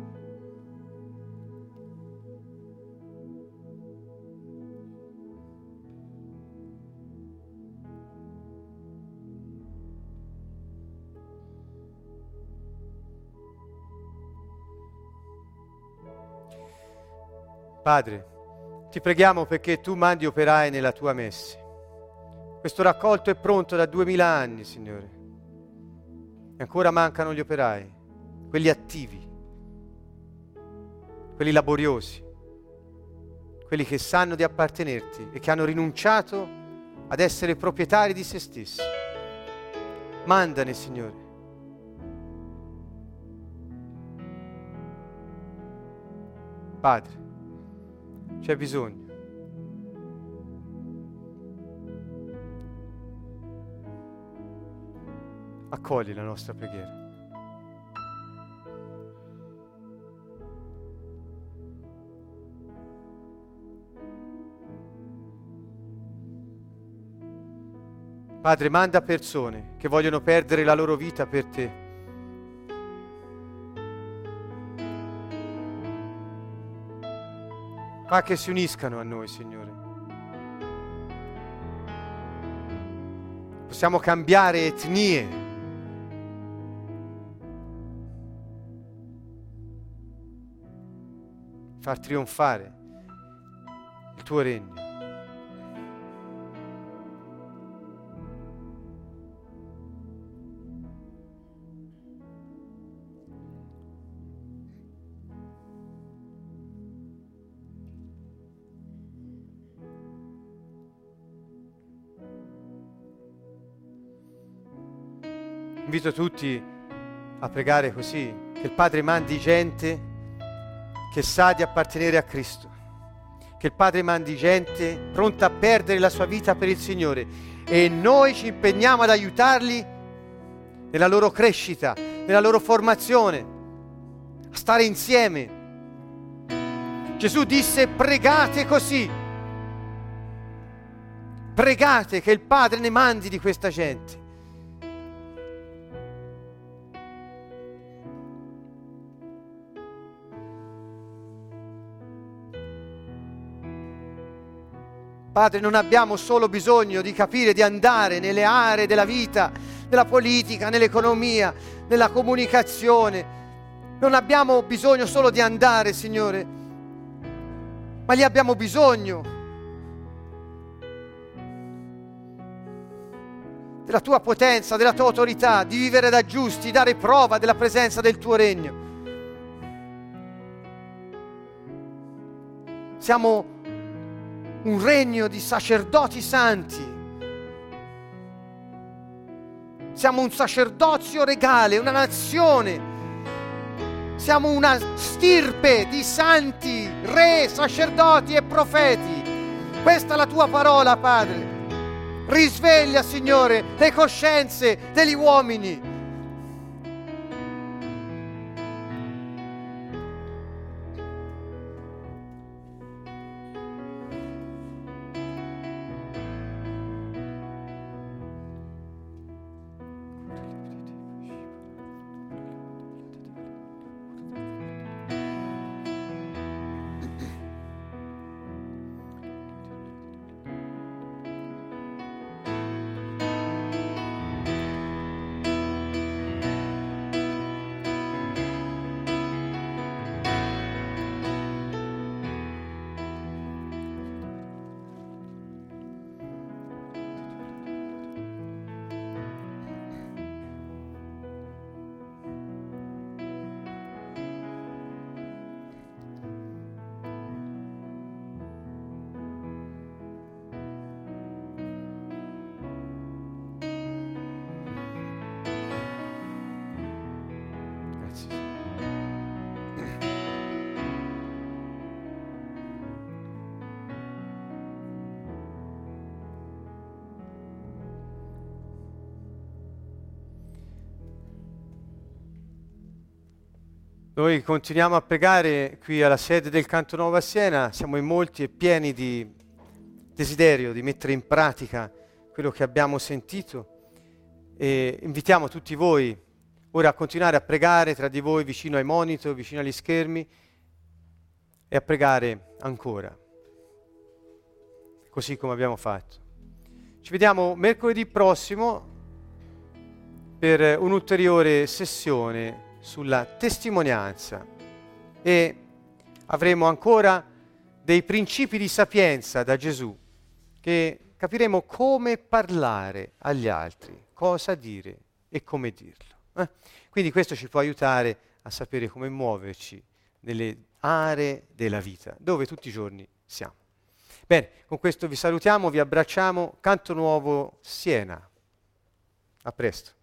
Padre, ti preghiamo perché tu mandi operai nella tua messe. Questo raccolto è pronto da duemila anni, Signore. E ancora mancano gli operai, quelli attivi, quelli laboriosi, quelli che sanno di appartenerti e che hanno rinunciato ad essere proprietari di se stessi. Mandane, Signore. Padre, c'è bisogno. Accogli la nostra preghiera. Padre, manda persone che vogliono perdere la loro vita per te. Fa che si uniscano a noi, Signore. Possiamo cambiare etnie. Far trionfare il tuo regno. Invito tutti a pregare così, che il Padre mandi gente che sa di appartenere a Cristo, che il Padre mandi gente pronta a perdere la sua vita per il Signore, e noi ci impegniamo ad aiutarli nella loro crescita, nella loro formazione, a stare insieme. Gesù disse: pregate così, pregate che il Padre ne mandi di questa gente. Padre, non abbiamo solo bisogno di capire, di andare nelle aree della vita, nella politica, nell'economia, nella comunicazione. Non abbiamo bisogno solo di andare, Signore, ma lì abbiamo bisogno della Tua potenza, della Tua autorità, di vivere da giusti, dare prova della presenza del Tuo regno. Siamo un regno di sacerdoti santi. Siamo un sacerdozio regale, una nazione. Siamo una stirpe di santi, re, sacerdoti e profeti. Questa è la tua parola, Padre. Risveglia, Signore, le coscienze degli uomini. Noi continuiamo a pregare qui alla sede del Canto Nuovo a Siena, siamo in molti e pieni di desiderio di mettere in pratica quello che abbiamo sentito e invitiamo tutti voi ora a continuare a pregare tra di voi vicino ai monitor, vicino agli schermi e a pregare ancora, così come abbiamo fatto. Ci vediamo mercoledì prossimo per un'ulteriore sessione sulla testimonianza e avremo ancora dei principi di sapienza da Gesù che capiremo come parlare agli altri, cosa dire e come dirlo. Eh? Quindi questo ci può aiutare a sapere come muoverci nelle aree della vita dove tutti i giorni siamo. Bene, con questo vi salutiamo, vi abbracciamo. Canto Nuovo Siena. A presto.